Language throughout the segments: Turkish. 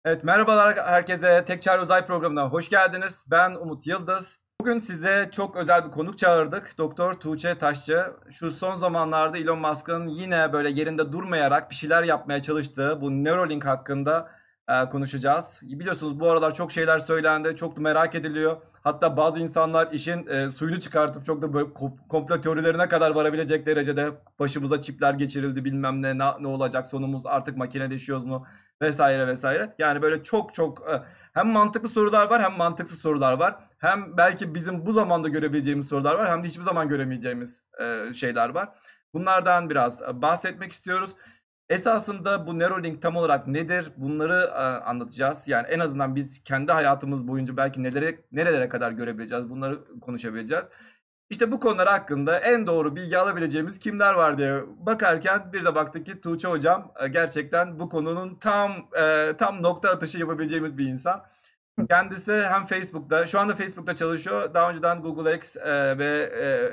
Evet, merhabalar herkese. Tek Çare Uzay programına hoş geldiniz. Ben Umut Yıldız. Bugün size çok özel bir konuk çağırdık. Doktor Tuğçe Taşçı. Şu son zamanlarda Elon Musk'ın yine böyle yerinde durmayarak bir şeyler yapmaya çalıştığı bu Neuralink hakkında konuşacağız. Biliyorsunuz bu aralar çok şeyler söylendi, çok da merak ediliyor. Hatta bazı insanlar işin suyunu çıkartıp çok da böyle komplo teorilerine kadar varabilecek derecede başımıza çipler geçirildi bilmem ne olacak sonumuz artık makineleşiyoruz mu vesaire vesaire. Yani böyle çok hem mantıklı sorular var hem mantıksız sorular var. Hem belki bizim bu zamanda görebileceğimiz sorular var hem de hiçbir zaman göremeyeceğimiz şeyler var. Bunlardan biraz bahsetmek istiyoruz. Esasında bu Neuralink tam olarak nedir? Bunları anlatacağız. Yani en azından biz kendi hayatımız boyunca belki nerelere kadar görebileceğiz, bunları konuşabileceğiz. İşte bu konular hakkında en doğru bilgi alabileceğimiz kimler var diye bakarken bir de baktık ki Tuğçe hocam gerçekten bu konunun tam nokta atışı yapabileceğimiz bir insan. Kendisi hem Facebook'ta, şu anda Facebook'ta çalışıyor. Daha önceden Google X ve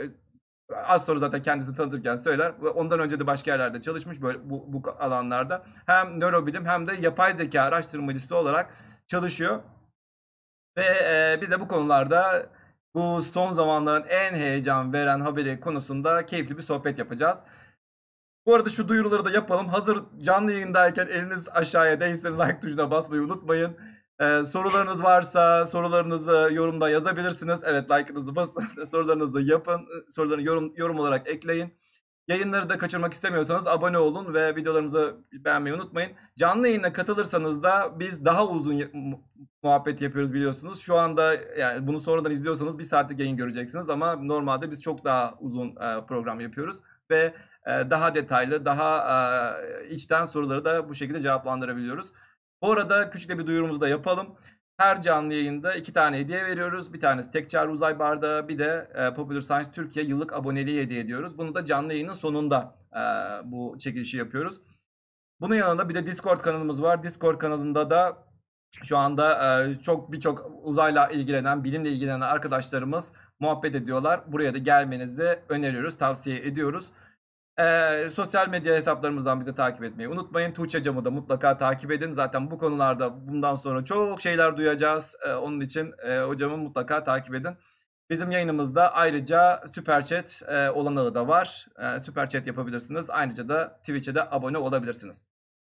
az sonra zaten kendisini tanıtırken söyler. Ondan önce de başka yerlerde çalışmış böyle bu alanlarda. Hem nörobilim hem de yapay zeka araştırmacısı olarak çalışıyor. Ve biz de bu konularda bu son zamanların en heyecan veren haberi konusunda keyifli bir sohbet yapacağız. Bu arada şu duyuruları da yapalım. Hazır canlı yayındayken eliniz aşağıya değsin, like tuşuna basmayı unutmayın. Sorularınız varsa sorularınızı yorumda yazabilirsiniz. Evet, like'ınızı basın, sorularınızı yapın, sorularını yorum olarak ekleyin. Yayınları da kaçırmak istemiyorsanız abone olun ve videolarımızı beğenmeyi unutmayın. Canlı yayına katılırsanız da biz daha uzun muhabbet yapıyoruz biliyorsunuz. Şu anda yani bunu sonradan izliyorsanız 1 saatlik yayın göreceksiniz ama normalde biz çok daha uzun program yapıyoruz ve daha detaylı, daha içten soruları da bu şekilde cevaplandırabiliyoruz. Bu arada küçük de bir duyurumuzu da yapalım. Her canlı yayında 2 tane hediye veriyoruz. Bir tanesi Tek Çare Uzay Bardağı, bir de Popular Science Türkiye yıllık aboneliği hediye ediyoruz. Bunu da canlı yayının sonunda bu çekilişi yapıyoruz. Bunun yanında bir de Discord kanalımız var. Discord kanalında da şu anda birçok uzayla ilgilenen, bilimle ilgilenen arkadaşlarımız muhabbet ediyorlar. Buraya da gelmenizi öneriyoruz, tavsiye ediyoruz. Sosyal medya hesaplarımızdan bizi takip etmeyi unutmayın. Tuğçe Cam'ı da mutlaka takip edin. Zaten bu konularda bundan sonra çok şeyler duyacağız. Onun için hocamı mutlaka takip edin. Bizim yayınımızda ayrıca Süper Chat olanağı da var. Süper Chat yapabilirsiniz. Ayrıca da Twitch'e de abone olabilirsiniz.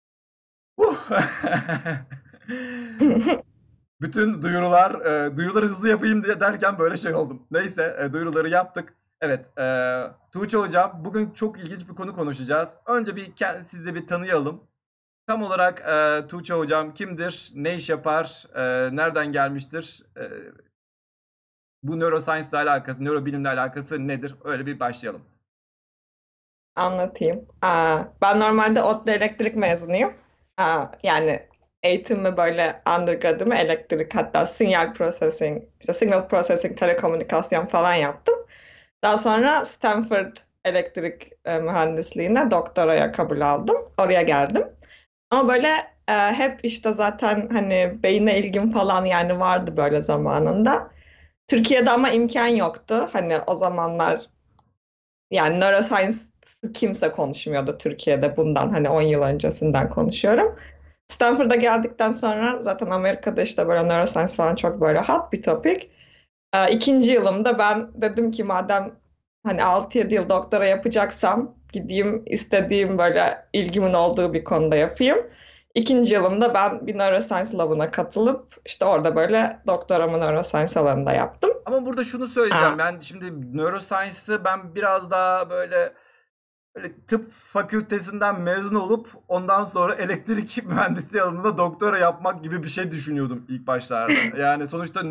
Bütün duyuruları hızlı yapayım diye derken böyle şey oldum. Neyse, duyuruları yaptık. Evet, Tuğçe hocam bugün çok ilginç bir konu konuşacağız. Önce sizi de bir tanıyalım. Tam olarak Tuğçe hocam kimdir, ne iş yapar, nereden gelmiştir, bu neuroscience ile alakası, nörobilimle alakası nedir? Öyle bir başlayalım. Anlatayım. Ben normalde ODTÜ elektrik mezunuyum. Yani eğitimimi böyle undergrad'ımı elektrik, hatta sinyal processing, işte signal processing, telekomünikasyon falan yaptım. Daha sonra Stanford elektrik mühendisliğine doktoraya kabul aldım. Oraya geldim. Ama böyle hep işte zaten hani beyine ilgim falan yani vardı böyle zamanında. Türkiye'de ama imkan yoktu. Hani o zamanlar yani neuroscience kimse konuşmuyordu Türkiye'de, bundan hani 10 yıl öncesinden konuşuyorum. Stanford'a geldikten sonra zaten Amerika'da işte böyle neuroscience falan çok böyle hot bir topik. İkinci yılımda ben dedim ki madem hani 6-7 yıl doktora yapacaksam gideyim istediğim böyle ilgimin olduğu bir konuda yapayım. İkinci yılımda ben bir neuroscience labına katılıp işte orada böyle doktoramı neuroscience alanında yaptım. Ama burada şunu söyleyeceğim. Ben şimdi neuroscience'ı ben biraz daha böyle tıp fakültesinden mezun olup ondan sonra elektrik mühendisliği alanında doktora yapmak gibi bir şey düşünüyordum ilk başlarda. Yani sonuçta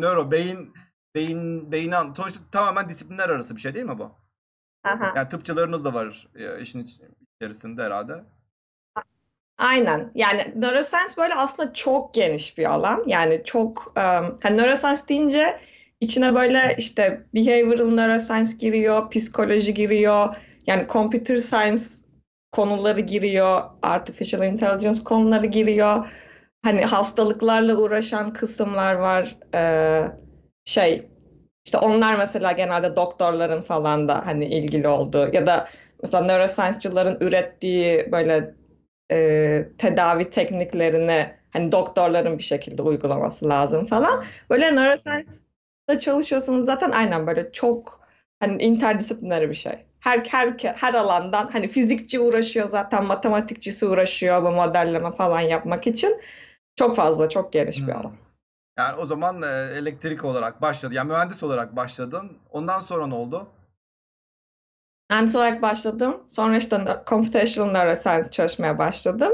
sonuçta tamamen disiplinler arası bir şey değil mi bu? Aha. Yani tıpçılarınız da var işin içerisinde herhalde. Aynen. Yani neuroscience böyle aslında çok geniş bir alan. Yani çok hani neuroscience deyince içine böyle işte behavioral neuroscience giriyor, psikoloji giriyor. Yani computer science konuları giriyor, artificial intelligence konuları giriyor. Hani hastalıklarla uğraşan kısımlar var. Şey işte onlar mesela genelde doktorların falan da hani ilgili olduğu ya da mesela neuroscience'cıların ürettiği böyle tedavi tekniklerini Hani doktorların bir şekilde uygulaması lazım falan. Aha. Böyle neuroscience'da çalışıyorsanız zaten aynen böyle çok hani interdisipliner bir şey. Her alandan hani fizikçi uğraşıyor zaten, matematikçisi uğraşıyor bu modelleme falan yapmak için. Çok fazla, çok geniş bir Hmm. alan. Yani o zaman elektrik olarak başladı. Yani mühendis olarak başladın. Ondan sonra ne oldu? Mühendis olarak başladım. Sonra işte computational neuroscience çalışmaya başladım.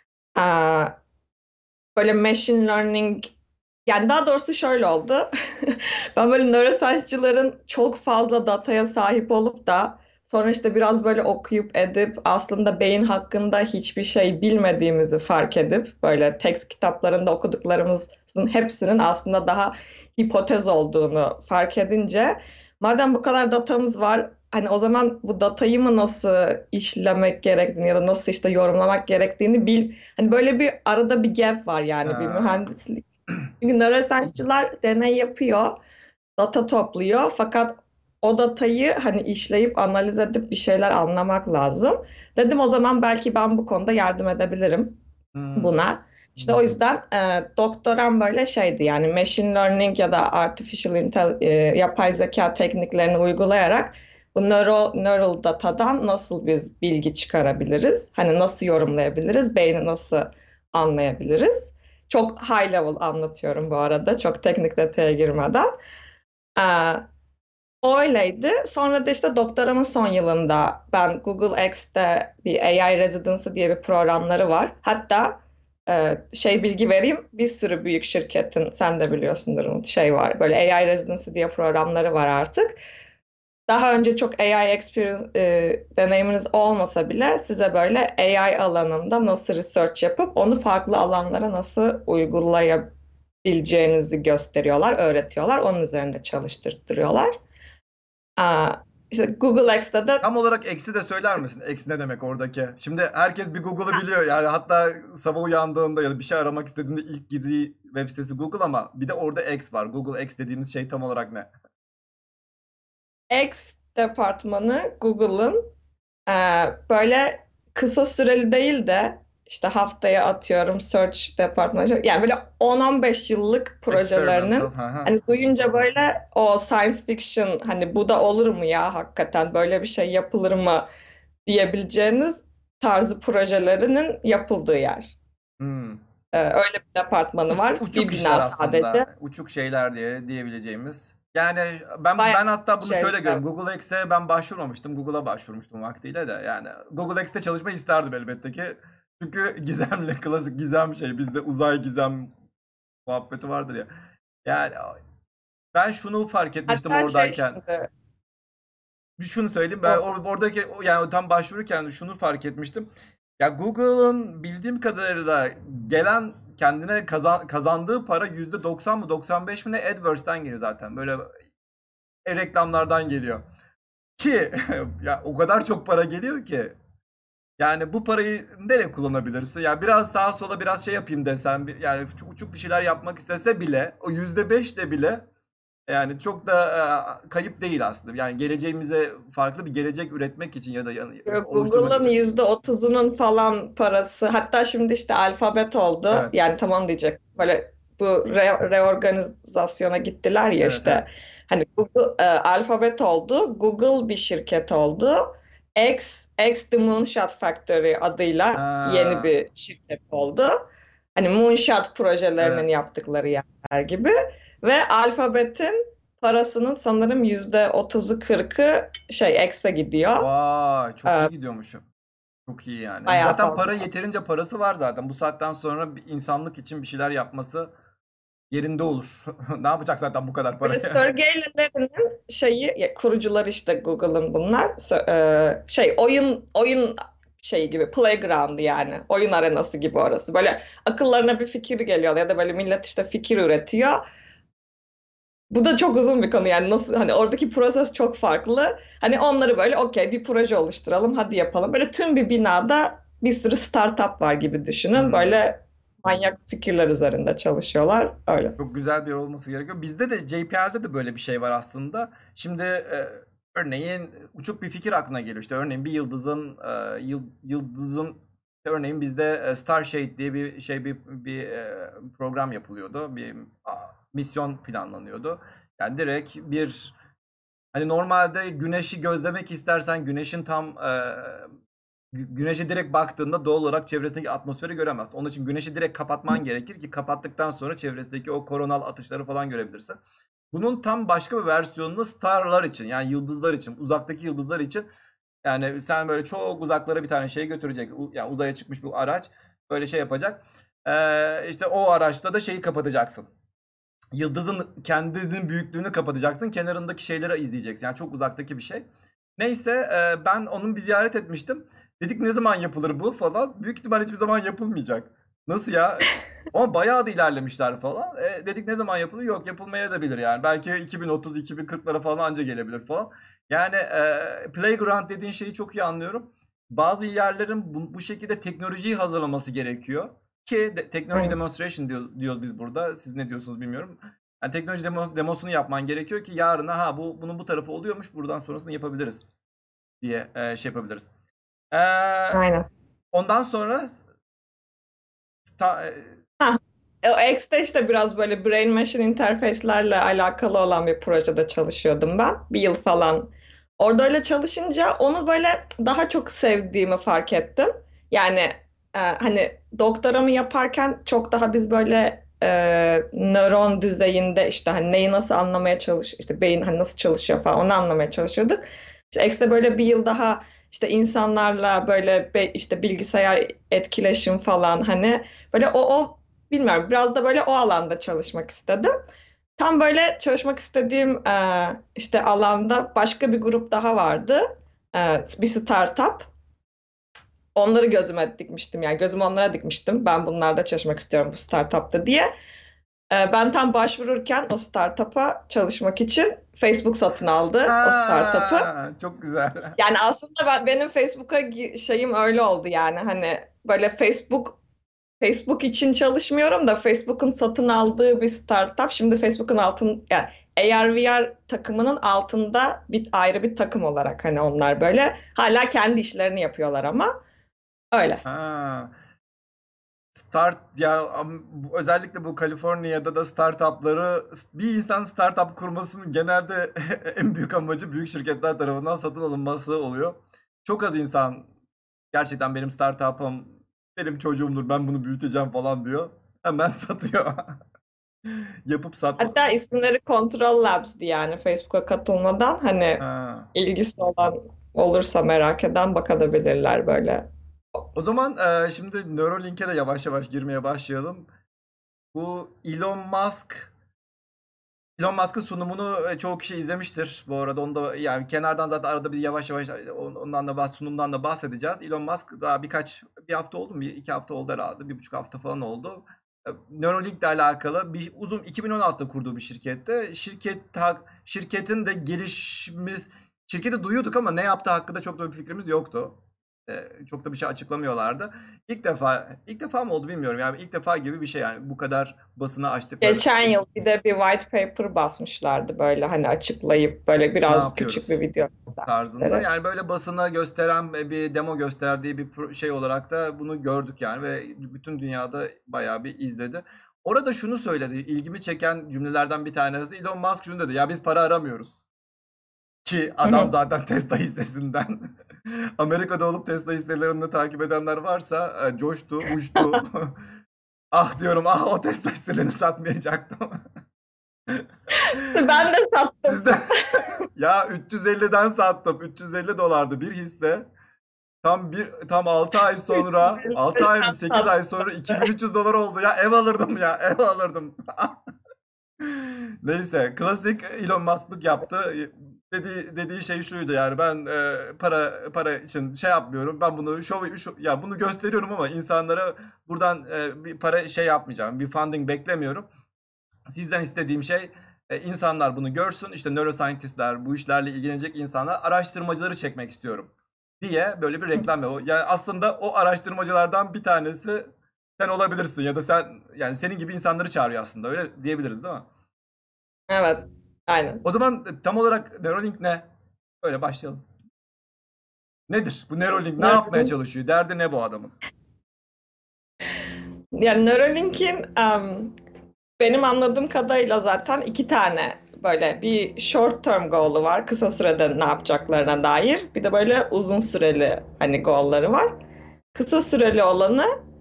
Aa, Böyle machine learning, yani daha doğrusu şöyle oldu. Ben böyle neuroscience'cıların çok fazla dataya sahip olup da sonra işte biraz böyle okuyup edip aslında beyin hakkında hiçbir şey bilmediğimizi fark edip böyle tekst kitaplarında okuduklarımızın hepsinin aslında daha hipotez olduğunu fark edince madem bu kadar datamız var, hani o zaman bu datayı mı nasıl işlemek gerektiğini ya da nasıl işte yorumlamak gerektiğini hani böyle bir arada bir gap var yani bir Ha. mühendislik. Çünkü neuroscience'cılar deney yapıyor, data topluyor fakat o datayı hani işleyip analiz edip bir şeyler anlamak lazım. Dedim o zaman belki ben bu konuda yardım edebilirim Hmm. buna. İşte o yüzden doktoram böyle şeydi yani machine learning ya da yapay zeka tekniklerini uygulayarak bu neural datadan nasıl biz bilgi çıkarabiliriz? Hani nasıl yorumlayabiliriz? Beyni nasıl anlayabiliriz? Çok high level anlatıyorum bu arada. Çok teknik detaya girmeden. E, Öyleydi. Sonra da işte doktoramın son yılında ben Google X'te bir AI Residency diye bir programları var. Hatta bilgi vereyim, bir sürü büyük şirketin, sen de biliyorsundur Umut, şey var. Böyle AI Residency diye programları var artık. Daha önce çok AI experience deneyiminiz olmasa bile size böyle AI alanında nasıl research yapıp onu farklı alanlara nasıl uygulayabileceğinizi gösteriyorlar, öğretiyorlar. Onun üzerinde çalıştırtırıyorlar. İşte Google X'te de Tam olarak eksi de söyler misin? Eksi ne demek oradaki? Şimdi herkes bir Google'ı biliyor. Yani hatta sabah uyandığında ya da bir şey aramak istediğinde ilk girdiği web sitesi Google ama bir de orada X var. Google X dediğimiz şey tam olarak ne? X departmanı Google'ın e, böyle kısa süreli değil de işte haftaya atıyorum search departmanı, yani böyle 10-15 yıllık Experimental. projelerinin Hı hı. hani duyunca böyle o science fiction, hani bu da olur mu ya, hakikaten böyle bir şey yapılır mı diyebileceğiniz tarzı projelerinin yapıldığı yer. Hmm. Öyle bir departmanı var. Uçuk Bir işler bina sadece. aslında. Uçuk şeyler diyebileceğimiz. Yani ben Bayağı ben hatta bunu şöyle şeyler. görüyorum. Google X'e ben başvurmamıştım. Google'a başvurmuştum vaktiyle de. Yani Google X'te çalışmayı isterdim elbette ki. Çünkü gizemli, klasik gizem şey. Bizde uzay gizem muhabbeti vardır ya. Yani ben şunu fark etmiştim Hatta şey oradayken. şimdi Bir şunu söyleyeyim, ben o oradaki yani tam başvururken şunu fark etmiştim. Ya Google'ın bildiğim kadarıyla gelen kendine kazandığı para %90 mı 95 mi ne AdWords'ten geliyor zaten. Böyle reklamlardan geliyor. Ki ya o kadar çok para geliyor ki. Yani bu parayı nereye kullanabilirsin? Yani biraz sağa sola biraz şey yapayım desen, yani uçuk bir şeyler yapmak istese bile o %5 de bile yani çok da kayıp değil aslında. Yani geleceğimize farklı bir gelecek üretmek için ya da oluşturmak Google'ın için. %30'unun falan parası, hatta şimdi işte alfabet oldu. Evet. Yani tamam diyecek. Böyle bu reorganizasyona gittiler ya Evet, işte. evet. Hani Google alfabet oldu. Google bir şirket oldu. X The Moonshot Factory adıyla yeni Ha, bir şirket oldu. Hani Moonshot projelerinin evet. yaptıkları yerler gibi. Ve alfabetin parasının sanırım %30'u 40'ı X'e gidiyor. Vay, çok Ee, iyi gidiyormuşum. Çok iyi yani. Bayağı Zaten para, fazla. yeterince parası var zaten. Bu saatten sonra bir insanlık için bir şeyler yapması yerinde olur. Ne yapacak zaten bu kadar Böyle parayı? Sergey Brin'in kurucuları işte Google'ın bunlar. Oyun şeyi gibi, playground, yani oyun arenası gibi orası. Böyle akıllarına bir fikir geliyor ya da böyle millet işte fikir üretiyor. Bu da çok uzun bir konu, yani nasıl, hani oradaki proses çok farklı. Hani onları böyle okey bir proje oluşturalım hadi yapalım. Böyle tüm bir binada bir sürü startup var gibi düşünün. Hmm. Böyle manyak fikirler üzerinde çalışıyorlar. Öyle. Çok güzel bir yer olması gerekiyor. Bizde de JPL'de de böyle bir şey var aslında. Şimdi örneğin uçuk bir fikir aklına geliyor. İşte örneğin bir yıldızın Örneğin bizde Starshade diye bir program yapılıyordu. Bir misyon planlanıyordu. Yani direkt bir hani normalde güneşi gözlemek istersen güneşin tam güneşe direkt baktığında doğal olarak çevresindeki atmosferi göremezsin. Onun için güneşi direkt kapatman gerekir ki kapattıktan sonra çevresindeki o koronal atışları falan görebilirsin. Bunun tam başka bir versiyonunu starlar için, yani yıldızlar için, uzaktaki yıldızlar için, yani sen böyle çok uzaklara bir tane şey götürecek, yani uzaya çıkmış bir araç böyle şey yapacak. İşte o araçta da şeyi kapatacaksın. Yıldızın kendinin büyüklüğünü kapatacaksın. Kenarındaki şeyleri izleyeceksin. Yani çok uzaktaki bir şey. Neyse ben onun bir ziyaret etmiştim. Dedik ne zaman yapılır bu falan. Büyük ihtimal hiçbir zaman yapılmayacak. Nasıl ya? Ama bayağı da ilerlemişler falan. Dedik ne zaman yapılır? Yok, yapılmaya da bilir yani. Belki 2030-2040'lara falan anca gelebilir falan. Yani playground dediğin şeyi çok iyi anlıyorum. Bazı yerlerin bu şekilde teknolojiyi hazırlaması gerekiyor. Ki teknoloji demonstration diyoruz biz burada. Siz ne diyorsunuz bilmiyorum. Yani teknoloji demosunu yapman gerekiyor ki yarına bunun bu tarafı oluyormuş, buradan sonrasını yapabiliriz diye şey yapabiliriz. Aynen. Ondan sonra Ha, o X'te işte biraz böyle brain machine interface'lerle alakalı olan bir projede çalışıyordum ben. Bir yıl falan. Orada öyle çalışınca onu böyle daha çok sevdiğimi fark ettim. Yani hani doktoramı yaparken çok daha biz böyle nöron düzeyinde işte hani neyi nasıl anlamaya işte beyin hani nasıl çalışıyor falan onu anlamaya çalışıyorduk. İşte X'te böyle bir yıl daha işte insanlarla böyle işte bilgisayar etkileşim falan hani böyle o bilmiyorum biraz da böyle o alanda çalışmak istedim. Tam böyle çalışmak istediğim işte alanda başka bir grup daha vardı. Bir startup. Onları gözüme dikmiştim yani gözümü onlara dikmiştim. Ben bunlarda çalışmak istiyorum bu startupta diye. Ben tam başvururken o startup'a çalışmak için Facebook satın aldı o startup'ı. Çok güzel. Yani aslında benim Facebook'a şeyim öyle oldu yani hani böyle Facebook için çalışmıyorum da Facebook'un satın aldığı bir startup. Şimdi Facebook'un yani AR/VR takımının altında ayrı bir takım olarak hani onlar böyle hala kendi işlerini yapıyorlar ama öyle. Ha. Ya özellikle bu Kaliforniya'da da startupları, bir insan startup kurmasının genelde en büyük amacı büyük şirketler tarafından satın alınması oluyor. Çok az insan gerçekten benim startup'ım benim çocuğumdur, ben bunu büyüteceğim falan diyor. Hemen satıyor. Yapıp satma. Hatta isimleri Control Labs'di yani Facebook'a katılmadan hani Ha. ilgisi olan olursa merak eden bakabilirler böyle. O zaman şimdi Neuralink'e de yavaş yavaş girmeye başlayalım. Bu Elon Musk'ın sunumunu çoğu kişi izlemiştir. Bu arada onu da yani kenardan zaten arada bir yavaş yavaş ondan da sunumdan da bahsedeceğiz. Elon Musk daha bir hafta oldu mu? 2 hafta oldu herhalde. 1,5 hafta falan oldu. Neuralink'le alakalı bir uzun 2016'da kurduğu bir şirkette. Şirketin de şirketi duyuyorduk ama ne yaptığı hakkında çok da bir fikrimiz yoktu. Çok da bir şey açıklamıyorlardı. İlk defa mı oldu bilmiyorum. Yani ilk defa gibi bir şey yani bu kadar basına açtıkları. Geçen yıl bir de bir white paper basmışlardı böyle hani açıklayıp böyle Ne biraz küçük bir yapıyoruz video tarzında. göstererek. Yani böyle basına gösteren bir demo gösterdiği bir şey olarak da bunu gördük yani ve bütün dünyada bayağı bir izledi. Orada şunu söyledi. İlgimi çeken cümlelerden bir tanesi, Elon Musk şunu dedi. Ya biz para aramıyoruz. Ki Hı adam hı. zaten Tesla hissesinden. Amerika'da olup Tesla hisselerini takip edenler varsa coştu, uçtu. Ah diyorum, ah o Tesla hisselerini satmayacaktım. Ben de sattım. Sizde ya 350'den sattım. 350 dolardı bir hisse. Tam 6 ay sonra, 6 ay mı 8 ay sonra 2300 dolar oldu. Ya ev alırdım ya, ev alırdım. Neyse, klasik Elon Musk'lık yaptı. Dediği şey şuydu yani, ben para için şey yapmıyorum. Ben bunu ya bunu gösteriyorum ama insanlara buradan bir para şey yapmayacağım. Bir funding beklemiyorum. Sizden istediğim şey insanlar bunu görsün. İşte neuroscientistler, bu işlerle ilgilenecek insanlar, araştırmacıları çekmek istiyorum diye böyle bir reklam yapıyor. Yani aslında o araştırmacılardan bir tanesi sen olabilirsin ya da yani senin gibi insanları çağırıyor aslında. Öyle diyebiliriz değil mi? Evet, aynen. O zaman tam olarak Neuralink ne? Öyle başlayalım. Nedir? Bu Neuralink ne yapmaya Neuralink, çalışıyor? Derdi ne bu adamın? Yani Neuralink'in benim anladığım kadarıyla zaten iki tane böyle bir short term goal'u var. Kısa sürede ne yapacaklarına dair. Bir de böyle uzun süreli hani goal'ları var. Kısa süreli olanı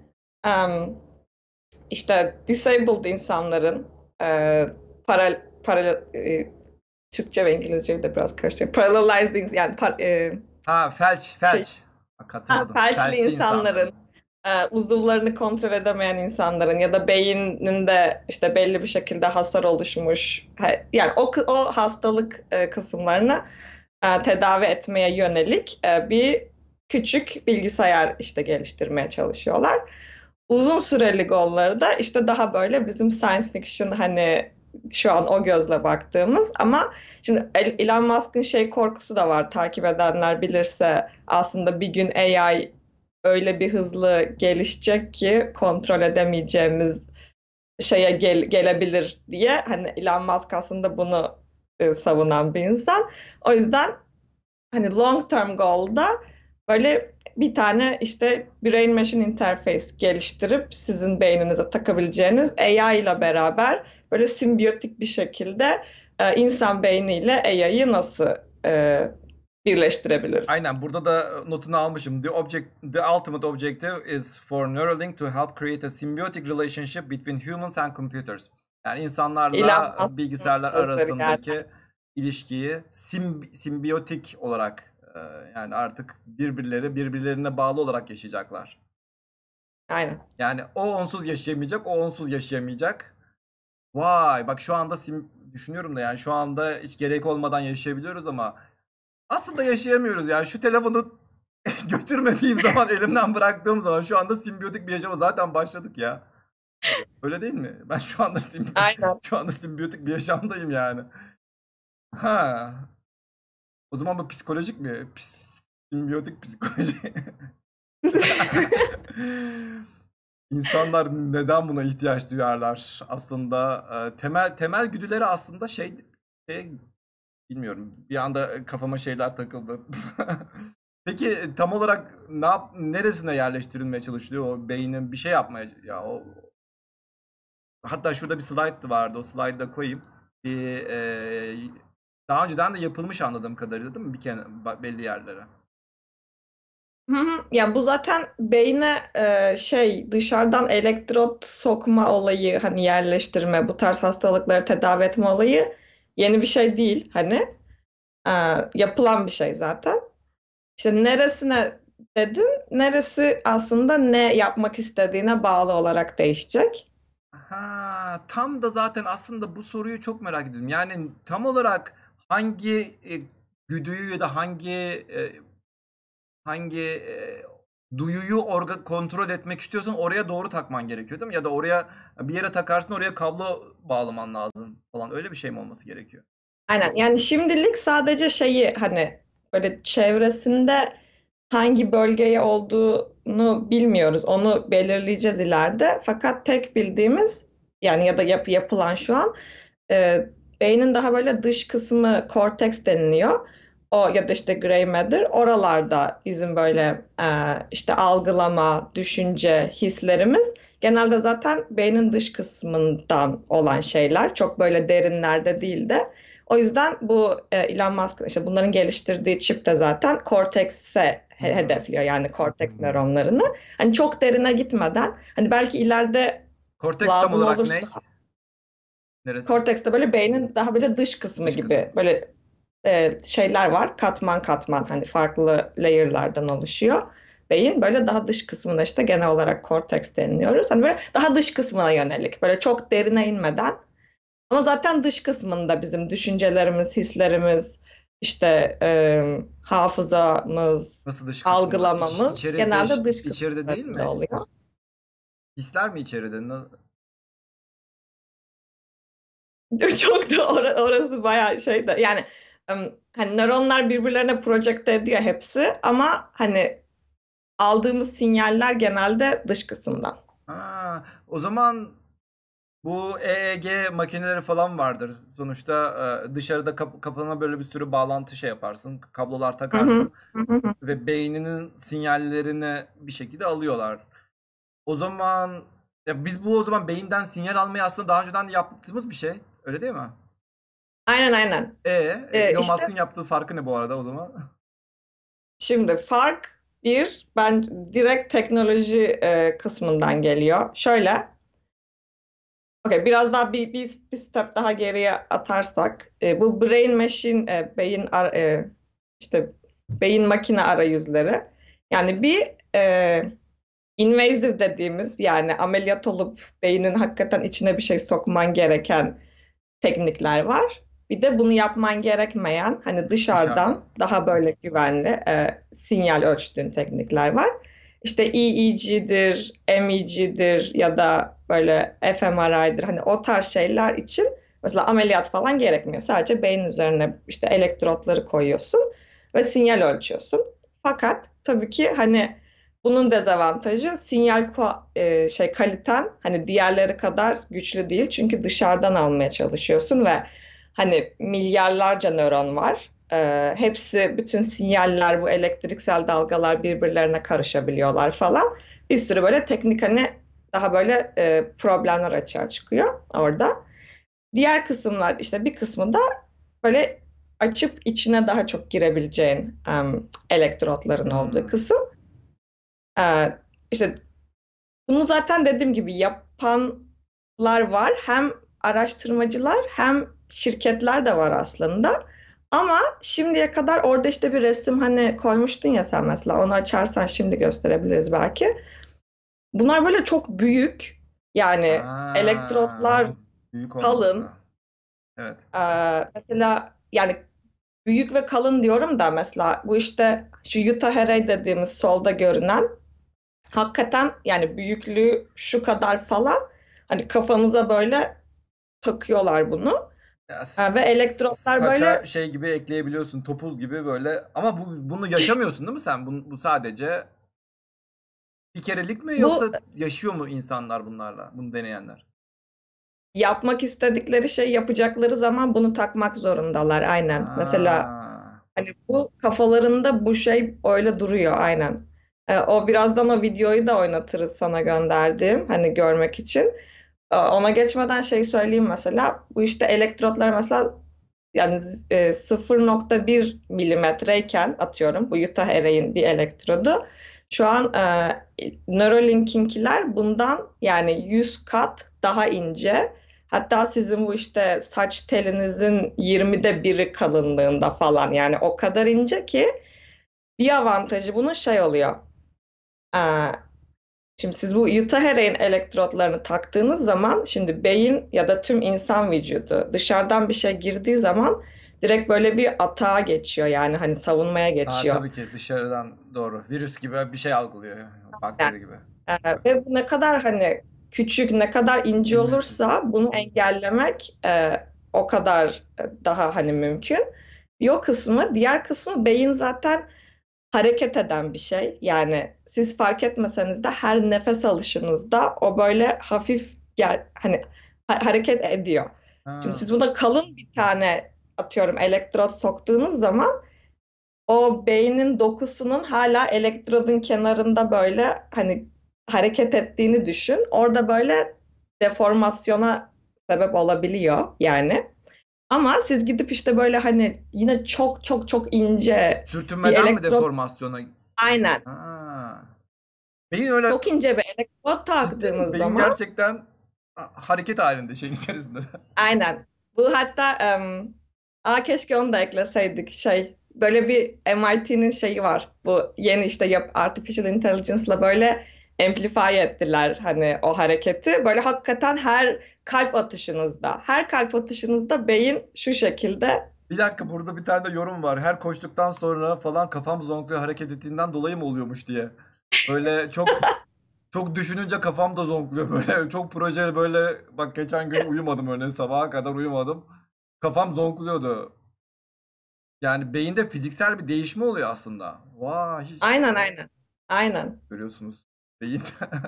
em, işte disabled insanların e, para, Türkçe ve İngilizceyi de biraz karıştırıyorum. Paralyzed yani Ha, felç, şey felç. Bak hatırladım. felçli Felçli insanların. insanların, uzuvlarını kontrol edemeyen insanların ya da beyninde işte belli bir şekilde hasar oluşmuş, yani o hastalık kısımlarını tedavi etmeye yönelik bir küçük bilgisayar işte geliştirmeye çalışıyorlar. Uzun süreli golları da işte daha böyle bizim science fiction hani şu an o gözle baktığımız ama şimdi Elon Musk'ın şey korkusu da var, takip edenler bilirse aslında bir gün AI öyle bir hızlı gelişecek ki kontrol edemeyeceğimiz şeye gelebilir diye hani Elon Musk aslında bunu savunan bir insan. O yüzden hani long term goal'da böyle bir tane işte brain machine interface geliştirip sizin beyninize takabileceğiniz AI ile beraber böyle simbiyotik bir şekilde insan beyniyle AI'yı nasıl e, birleştirebiliriz? Aynen, burada da notunu almışım. The ultimate objective is for Neuralink to help create a symbiotic relationship between humans and computers. Yani Elon insanlarla Musk'ın bilgisayarlar sözleri yani. arasındaki ilişkiyi simbiyotik olarak, yani artık birbirlerine bağlı olarak yaşayacaklar. Aynen. Yani o onsuz yaşayamayacak, o onsuz yaşayamayacak. Vay, bak şu anda düşünüyorum da, yani şu anda hiç gerek olmadan yaşayabiliyoruz ama aslında yaşayamıyoruz ya. Şu telefonu götürmediğim zaman, elimden bıraktığım zaman şu anda simbiyotik bir yaşama zaten başladık ya. Öyle değil mi? Ben şu anda Aynen. şu anda simbiyotik bir yaşamdayım yani. Ha. O zaman bu psikolojik mi? Simbiyotik psikoloji. İnsanlar neden buna ihtiyaç duyarlar? Aslında temel güdüleri aslında şey, bilmiyorum. Bir anda kafama şeyler takıldı. Peki tam olarak neresine yerleştirilmeye çalışılıyor o beynin, bir şey yapmaya ya o, hatta şurada bir slide vardı, o slide'ı da koyayım. Bir daha önceden de yapılmış anladığım kadarıyla, değil mi? Belli yerlere. Hı hı. Ya bu zaten beyne şey dışarıdan elektrot sokma olayı hani yerleştirme bu tarz hastalıkları tedavi etme olayı yeni bir şey değil hani. E, Yapılan bir şey zaten. İşte neresine dedin, neresi aslında ne yapmak istediğine bağlı olarak değişecek. Ha, tam da zaten aslında bu soruyu çok merak ediyorum. Yani tam olarak hangi güdüyü ya da hangi duyuyu kontrol etmek istiyorsan oraya doğru takman gerekiyor, değil mi? Ya da oraya bir yere takarsın, oraya kablo bağlaman lazım falan. Öyle bir şey mi olması gerekiyor? Aynen. Yani şimdilik sadece şeyi hani böyle çevresinde hangi bölgeye olduğunu bilmiyoruz. Onu belirleyeceğiz ileride. Fakat tek bildiğimiz yani ya da yapılan şu an e, beynin daha böyle dış kısmı korteks deniliyor. O ya da işte gray matter oralarda bizim böyle işte algılama, düşünce, hislerimiz genelde zaten beynin dış kısmından olan şeyler. Çok böyle derinlerde değil de. O yüzden bu Elon Musk'ın işte bunların geliştirdiği çip de zaten kortekse Hmm. hedefliyor yani korteks nöronlarını. Hani çok derine gitmeden hani belki ileride Korteks tam lazım olarak olursa ne? Neresi? kortekste böyle beynin daha böyle dış kısmı Dış kısmı. gibi böyle şeyler var. Katman katman hani farklı layer'lardan oluşuyor. Beyin böyle daha dış kısmına işte genel olarak korteks deniliyoruz. Hani böyle daha dış kısmına yönelik. Böyle çok derine inmeden ama zaten dış kısmında bizim düşüncelerimiz, hislerimiz, işte hafızamız, Nasıl dış kısmında? algılamamız genelde dış İçeride değil kısımlarında mi? oluyor. Hisler mi içeride? Çok da orası bayağı şey de yani hani nöronlar birbirlerine projekte ediyor hepsi ama hani aldığımız sinyaller genelde dış kısımdan. Ha, o zaman bu EEG makineleri falan vardır. Sonuçta dışarıda kapına böyle bir sürü bağlantı şey yaparsın. Kablolar Hı hı, takarsın hı hı. ve beyninin sinyallerini bir şekilde alıyorlar. O zaman Ya biz bu o zaman beyinden sinyal almayı aslında daha önceden de yaptığımız bir şey. Öyle değil mi? Aynen aynen. Elon İşte Musk'ın yaptığı farkı ne bu arada o zaman? şimdi fark bir, ben direkt teknoloji kısmından geliyor. Şöyle, okay, biraz daha bir step daha geriye atarsak, bu brain machine, işte beyin makine arayüzleri. Yani bir invasive dediğimiz, yani ameliyat olup beynin hakikaten içine bir şey sokman gereken teknikler var. Bir de bunu yapman gerekmeyen, hani Dışarıdan. dışarıdan daha böyle güvenli sinyal ölçtüğün teknikler var. İşte EEG'dir, MEG'dir ya da böyle fMRI'dir. Hani o tarz şeyler için mesela ameliyat falan gerekmiyor. Sadece beyin üzerine işte elektrotları koyuyorsun ve sinyal ölçüyorsun. Fakat tabii ki hani bunun dezavantajı kaliten hani diğerleri kadar güçlü değil. Çünkü dışarıdan almaya çalışıyorsun ve hani milyarlarca nöron var. Hepsi, bütün sinyaller, bu elektriksel dalgalar birbirlerine karışabiliyorlar falan. Bir sürü böyle teknik, hani daha böyle problemler açığa çıkıyor orada. Diğer kısımlar, işte bir kısmı da böyle açıp içine daha çok girebileceğin elektrotların olduğu Hmm. kısım. Ee, işte bunu zaten dediğim gibi yapanlar var. Hem araştırmacılar hem şirketler de var aslında. Ama şimdiye kadar orada işte bir resim hani koymuştun ya sen mesela. Onu açarsan şimdi gösterebiliriz belki. Bunlar böyle çok büyük. Yani elektrotlar Büyük kalın. olması. Evet. Mesela yani büyük ve kalın diyorum da, mesela bu işte şu Utah Array dediğimiz solda görünen, hakikaten yani büyüklüğü şu kadar falan, hani kafanıza böyle takıyorlar bunu. Ya, Ve elektrotlar saça böyle şey gibi ekleyebiliyorsun, topuz gibi böyle. Ama bunu yaşamıyorsun değil mi sen? Bu sadece bir kerelik mi bu yoksa yaşıyor mu insanlar bunlarla, bunu deneyenler? yapmak istedikleri şey yapacakları zaman bunu takmak zorundalar, aynen. Mesela Ha. hani bu kafalarında bu şey öyle duruyor, aynen. O birazdan o videoyu da oynatırız, sana gönderdiğim, hani görmek için. Ona geçmeden şey söyleyeyim mesela. Bu işte elektrotlar mesela, yani 0,1 milimetreyken, atıyorum bu Utah Array'in bir elektrodu. Şu an Neuralink'inkiler bundan yani 100 kat daha ince. Hatta sizin bu işte saç telinizin 20'de biri kalınlığında falan, yani o kadar ince ki. Bir avantajı bunun şey oluyor. E, Şimdi siz bu Utah Array'in elektrotlarını taktığınız zaman, şimdi beyin ya da tüm insan vücudu dışarıdan bir şey girdiği zaman direkt böyle bir atağa geçiyor. Yani hani savunmaya Ha, geçiyor. tabii ki dışarıdan doğru. Virüs gibi bir şey algılıyor. Yani, Bakteri gibi. ve bu ne kadar hani küçük, ne kadar ince İmmün sistem. olursa bunu engellemek o kadar daha hani mümkün. Bir o kısmı, diğer kısmı, beyin zaten hareket eden bir şey. Yani siz fark etmeseniz de her nefes alışınızda o böyle hafif hani hareket ediyor. Şimdi Ha. siz buna kalın bir tane, atıyorum, elektrot soktuğunuz zaman o beynin dokusunun hala elektrodun kenarında böyle hani hareket ettiğini düşün. Orada böyle deformasyona sebep olabiliyor yani. Ama siz gidip işte böyle hani yine çok çok çok ince bir Sürtünmeden mi elektrot, deformasyona aynen, Ha. Beyin öyle çok ince bir elektrot ciddi mi? taktığınız Beyin zaman, gerçekten hareket halinde şeyin içerisinde. aynen. Bu hatta keşke onu da ekleseydik, şey, böyle bir MIT'nin şeyi var. Bu yeni işte Artificial Intelligence'la böyle amplify ettiler hani o hareketi. Böyle hakikaten her kalp atışınızda beyin şu şekilde. Bir dakika, burada bir tane de yorum var. Her koştuktan sonra falan kafam zonkluyor, hareket ettiğinden dolayı mı oluyormuş diye. Böyle çok düşününce kafam da zonkluyor böyle. Çok proje böyle, bak geçen gün uyumadım, öyle sabaha kadar uyumadım. Kafam zonkluyordu. Yani beyinde fiziksel bir değişme oluyor aslında. Vay. Aynen aynen. Aynen. Görüyorsunuz. Beyin.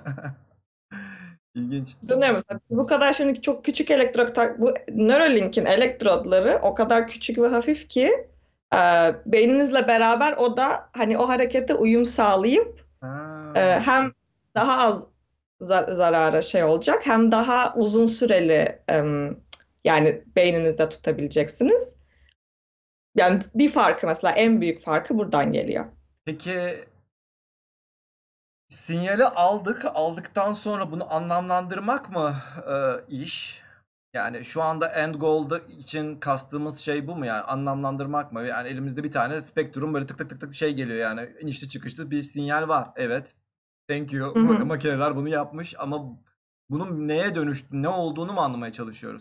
İlginç. Düşünüyorum mesela, biz bu kadar şimdi çok küçük bu Neuralink'in elektrotları o kadar küçük ve hafif ki e, beyninizle beraber o da hani o harekete uyum sağlayıp Ha. hem daha az zarara şey olacak hem daha uzun süreli yani beyninizde tutabileceksiniz. Yani bir farkı mesela en büyük farkı buradan geliyor. Peki sinyali aldık. Aldıktan sonra bunu anlamlandırmak mı iş? Yani şu anda end goal için kastığımız şey bu mu yani anlamlandırmak mı? Yani elimizde bir tane spektrum böyle tık tık tık tık şey geliyor yani inişli çıkışlı bir sinyal var. Evet. Thank you. Hı hı. Makineler bunu yapmış ama bunun neye dönüştü, ne olduğunu mu anlamaya çalışıyoruz?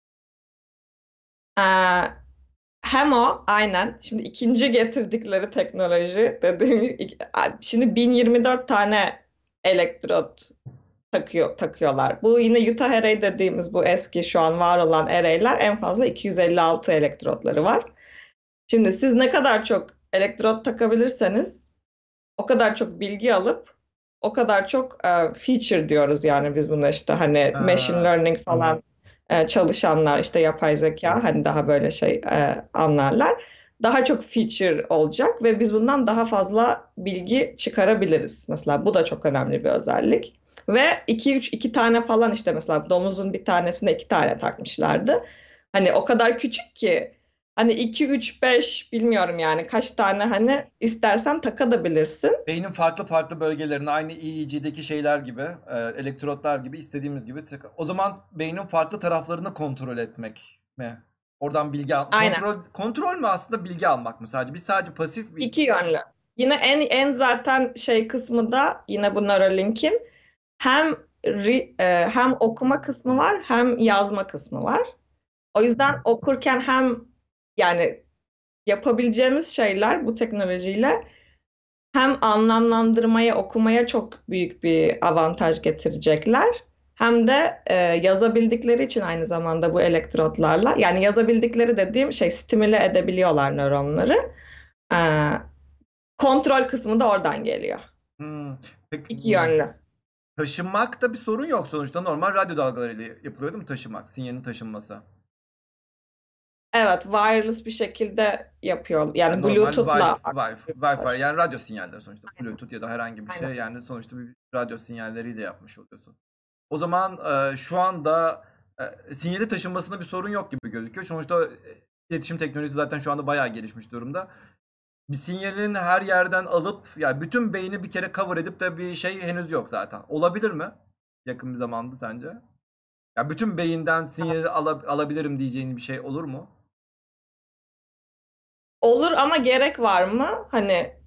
Ee, Hem o aynen. Şimdi ikinci getirdikleri teknoloji dediğim gibi şimdi 1024 tane elektrot takıyorlar. Bu yine Utah Array dediğimiz bu eski şu an var olan array'ler en fazla 256 elektrotları var. Şimdi siz ne kadar çok elektrot takabilirseniz o kadar çok bilgi alıp o kadar çok feature diyoruz yani biz buna işte hani machine Ha, learning falan çalışanlar işte yapay zeka hani daha böyle şey anlarlar. Daha çok feature olacak ve biz bundan daha fazla bilgi çıkarabiliriz. Mesela bu da çok önemli bir özellik. Ve iki tane falan işte mesela domuzun bir tanesine 2 tane takmışlardı. Hani o kadar küçük ki hani 2, 3, 5 bilmiyorum yani kaç tane hani istersen takabilirsin. beynin farklı farklı bölgelerine aynı EEG'deki şeyler gibi, elektrotlar gibi istediğimiz gibi o zaman beynin farklı taraflarını kontrol etmek mi? Oradan bilgi Aynen. kontrol mü aslında bilgi almak mı sadece? Biz sadece pasif bir İki yönlü. Yine en zaten şey kısmı da yine bu Neuralink'in hem hem okuma kısmı var hem yazma kısmı var. O yüzden okurken hem yani yapabileceğimiz şeyler bu teknolojiyle hem anlamlandırmaya, okumaya çok büyük bir avantaj getirecekler. Hem de yazabildikleri için aynı zamanda bu elektrotlarla, yani yazabildikleri dediğim şey stimüle edebiliyorlar nöronları. E, Kontrol kısmı da oradan geliyor. Hmm. Peki, İki yönlü. taşınmakta bir sorun yok sonuçta normal radyo dalgalarıyla yapılıyor değil mi taşımak, sinyalin taşınması? Evet, wireless bir şekilde yapıyor. Yani Yani normal Bluetooth'la Wi-Fi yani radyo sinyalleri sonuçta Bluetooth ya da herhangi bir aynen. şey yani sonuçta bir radyo sinyalleriyle yapmış oluyorsun. O zaman şu anda sinyali taşınmasında bir sorun yok gibi gözüküyor. Sonuçta iletişim teknolojisi zaten şu anda bayağı gelişmiş durumda. Bir sinyalin her yerden alıp yani bütün beyni bir kere cover edip de bir şey henüz yok zaten. Olabilir mi? Yakın bir zamanda sence? Ya bütün beyinden sinyali alabilirim diyeceğin bir şey olur mu? Olur ama gerek var mı? Hani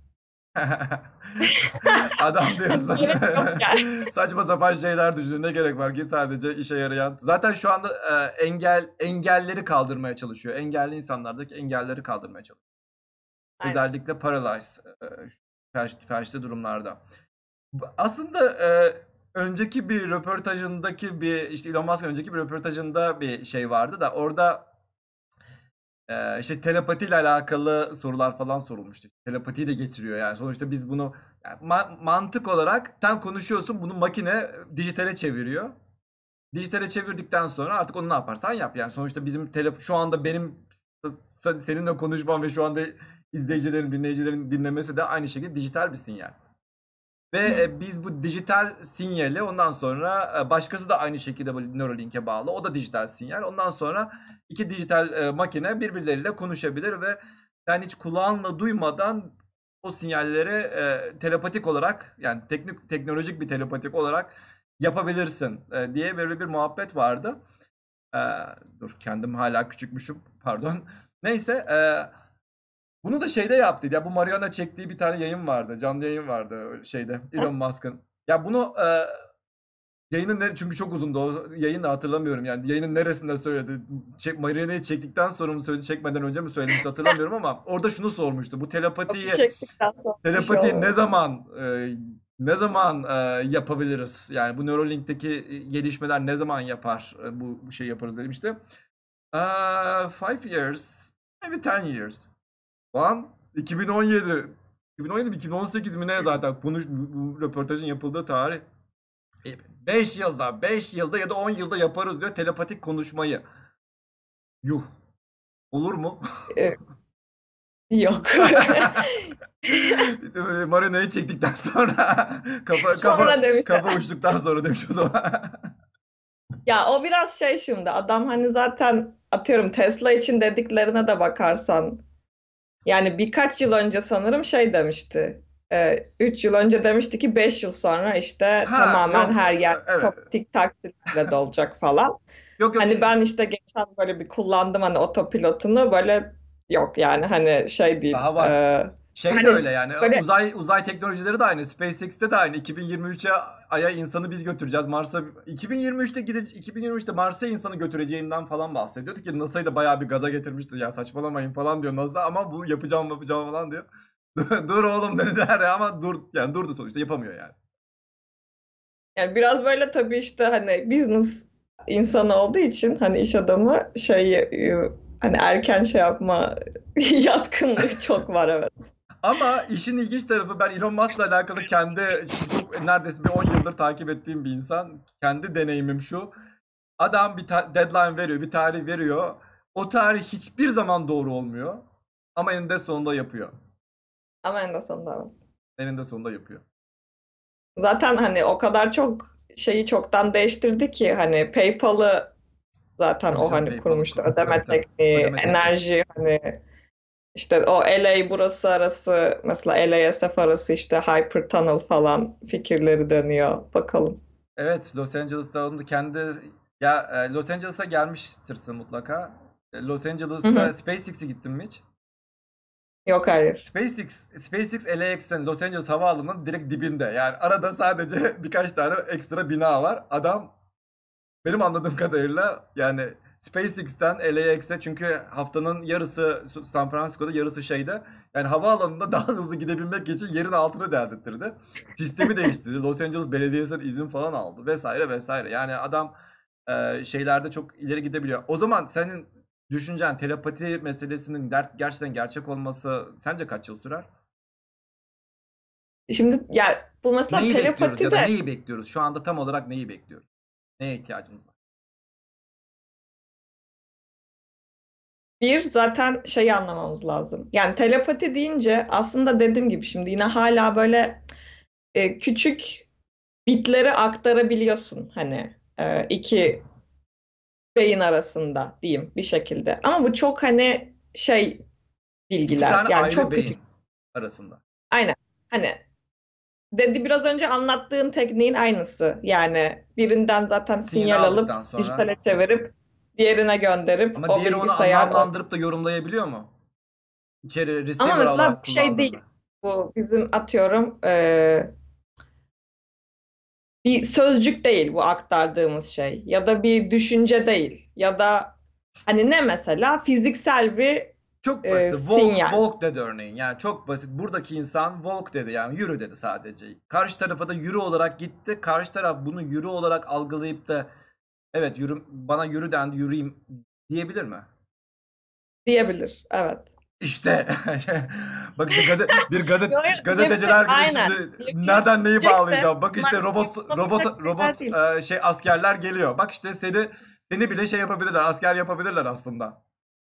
Adam diyorsun. gerek yok yani. Saçma sapan şeyler düşünüyor. Ne gerek var ki sadece işe yarayan. Zaten şu anda engelleri kaldırmaya çalışıyor. Engelli insanlardaki engelleri kaldırmaya çalışıyor. Aynen. Özellikle paralyze felçli durumlarda. Aslında önceki bir röportajındaki bir işte Elon Musk'ın önceki bir röportajında bir şey vardı da orada işte telepatiyle alakalı sorular falan sorulmuştu. Telepatiyi de getiriyor yani. Sonuçta biz bunu yani mantık olarak sen konuşuyorsun bunu makine dijitale çeviriyor. Dijitale çevirdikten sonra artık onu ne yaparsan yap. Yani sonuçta bizim şu anda benim seninle konuşmam ve şu anda izleyicilerin, dinleyicilerin dinlemesi de aynı şekilde dijital bir sinyal. Ve biz bu dijital sinyali ondan sonra başkası da aynı şekilde bu Neuralink'e bağlı. O da dijital sinyal. Ondan sonra iki dijital makine birbirleriyle konuşabilir ve sen hiç kulağınla duymadan o sinyalleri telepatik olarak yani teknolojik bir telepatik olarak yapabilirsin diye böyle bir muhabbet vardı. E, Dur kendim hala küçükmüşüm pardon. Neyse bunu da şeyde yaptı. Ya bu Mariana çektiği bir tane yayın vardı. Canlı yayın vardı şeyde Elon Musk'ın. Ya bunu yayının çünkü çok uzundu o yayını hatırlamıyorum yani yayının neresinde söyledi. Mariana'yı çektikten sonra mı söyledi, çekmeden önce mi söylemiş hatırlamıyorum ama orada şunu sormuştu. Bu Fotoğrafı çektikten sonra bir şey telepatiyi olmadı. ne zaman yapabiliriz? Yani bu Neuralink'teki gelişmeler ne zaman yapar? Bu şey yaparız demişti. 5 years, maybe 10 years. Lan 2017. 2017 mi 2018 mi ne zaten bu röportajın yapıldığı tarih. 5 yılda, 5 yılda ya da 10 yılda yaparız diyor telepatik konuşmayı. Yuh. Olur mu? Ee, Yok. Marino'yu çektikten sonra Sonra demişler. kafa uçtuktan sonra demiş o zaman. Ya o biraz şey şimdi adam hani zaten atıyorum Tesla için dediklerine de bakarsan yani birkaç yıl önce sanırım şey demişti. 3 yıl önce demişti ki 5 yıl sonra işte Ha tamamen yok, her yer evet. otomatik taksilerle dolacak falan. Yok yok, Hani ben işte geçen böyle bir kullandım hani otopilotunu böyle yok yani hani şey değil. daha var. Şey de Hani öyle yani, böyle uzay teknolojileri de aynı. SpaceX'te de aynı. 2023'e Ay'a insanı biz götüreceğiz. Mars'a 2023'te Mars'a insanı götüreceğinden falan bahsediyordu ki NASA'yı da bayağı bir gaza getirmişti. Ya saçmalamayın falan diyor NASA, ama bu yapacağım falan diyor. Dur oğlum dediler ya, ama yani durdu sonuçta, yapamıyor yani. yani biraz böyle tabii işte hani business insanı olduğu için hani iş adamı şey hani erken şey yapma yatkınlığı çok var evet. Ama işin ilginç tarafı, ben Elon Musk'la alakalı kendi, çünkü çok neredeyse bir 10 yıldır takip ettiğim bir insan. Kendi deneyimim şu. Adam bir deadline veriyor, bir tarih veriyor. O tarih hiçbir zaman doğru olmuyor. Ama eninde sonunda yapıyor. Ama en sonunda evet. Eninde sonunda yapıyor. Zaten hani o kadar çok şeyi çoktan değiştirdi ki hani PayPal'ı zaten Tabii o canım, hani PayPal'ı kurmuştu. Ödeme tabii. tekniği, Ödeme tekniği. enerji hani işte o LA burası arası mesela LASF arası işte Hypertunnel falan fikirleri dönüyor. Bakalım. Evet, Los Angeles'ta onu kendi, ya Los Angeles'a gelmiştirsin mutlaka. Los Hı hı. Angeles'ta SpaceX'e gittin mi hiç? Yok hayır. SpaceX LAX'ten Los Angeles havaalanının direkt dibinde. Yani arada sadece birkaç tane ekstra bina var. Adam, benim anladığım kadarıyla, yani SpaceX'ten LAX'e, çünkü haftanın yarısı San Francisco'da, yarısı şeyde. Yani havaalanında daha hızlı gidebilmek için yerin altını deldirtirdi. Sistemi değiştirdi. Los Angeles Belediyesi'nden izin falan aldı vesaire vesaire. Yani adam şeylerde çok ileri gidebiliyor. O zaman senin düşüncen, telepati meselesinin gerçekten gerçek olması sence kaç yıl sürer? Şimdi ya bu mesela Neyi bekliyoruz, telepati ya da de neyi bekliyoruz? Şu anda tam olarak neyi bekliyoruz? Neye ihtiyacımız var? bir zaten şeyi anlamamız lazım. Yani telepati deyince aslında dediğim gibi şimdi yine hala böyle küçük bitleri aktarabiliyorsun hani iki beyin arasında diyeyim bir şekilde. Ama bu çok hani şey İki bilgiler tane yani ayrı çok küçük. beyin arasında. Aynen. Hani dedi biraz önce anlattığın tekniğin aynısı. Yani birinden zaten Sinyali sinyal alıp aldıktan sonra. dijitale çevirip diğerine gönderip Ama o diğeri onu bilgisayar o. anlamlandırıp da yorumlayabiliyor mu? İçeri Ama receiver mesela olarak şey değil. kullandığında. Bu bizim atıyorum bir sözcük değil bu aktardığımız şey. Ya da bir düşünce değil. Ya da hani ne mesela fiziksel bir Çok basit. sinyal. Walk dedi örneğin. Yani çok basit. Buradaki insan walk dedi, yani yürü dedi sadece. Karşı tarafa da yürü olarak gitti. Karşı taraf bunu yürü olarak algılayıp da evet, yürü, bana yürü dendi, yürüyeyim diyebilir mi? Diyebilir. Evet. İşte bak işte Yo, yo, diyebilir. gazeteciler gibi Aynen. şimdi nereden neyi Diyebilecek de bağlayacağım? Bak bunlar işte yapılamayacak şeyler değil. şey askerler geliyor. Bak işte seni bile şey yapabilirler, asker yapabilirler aslında.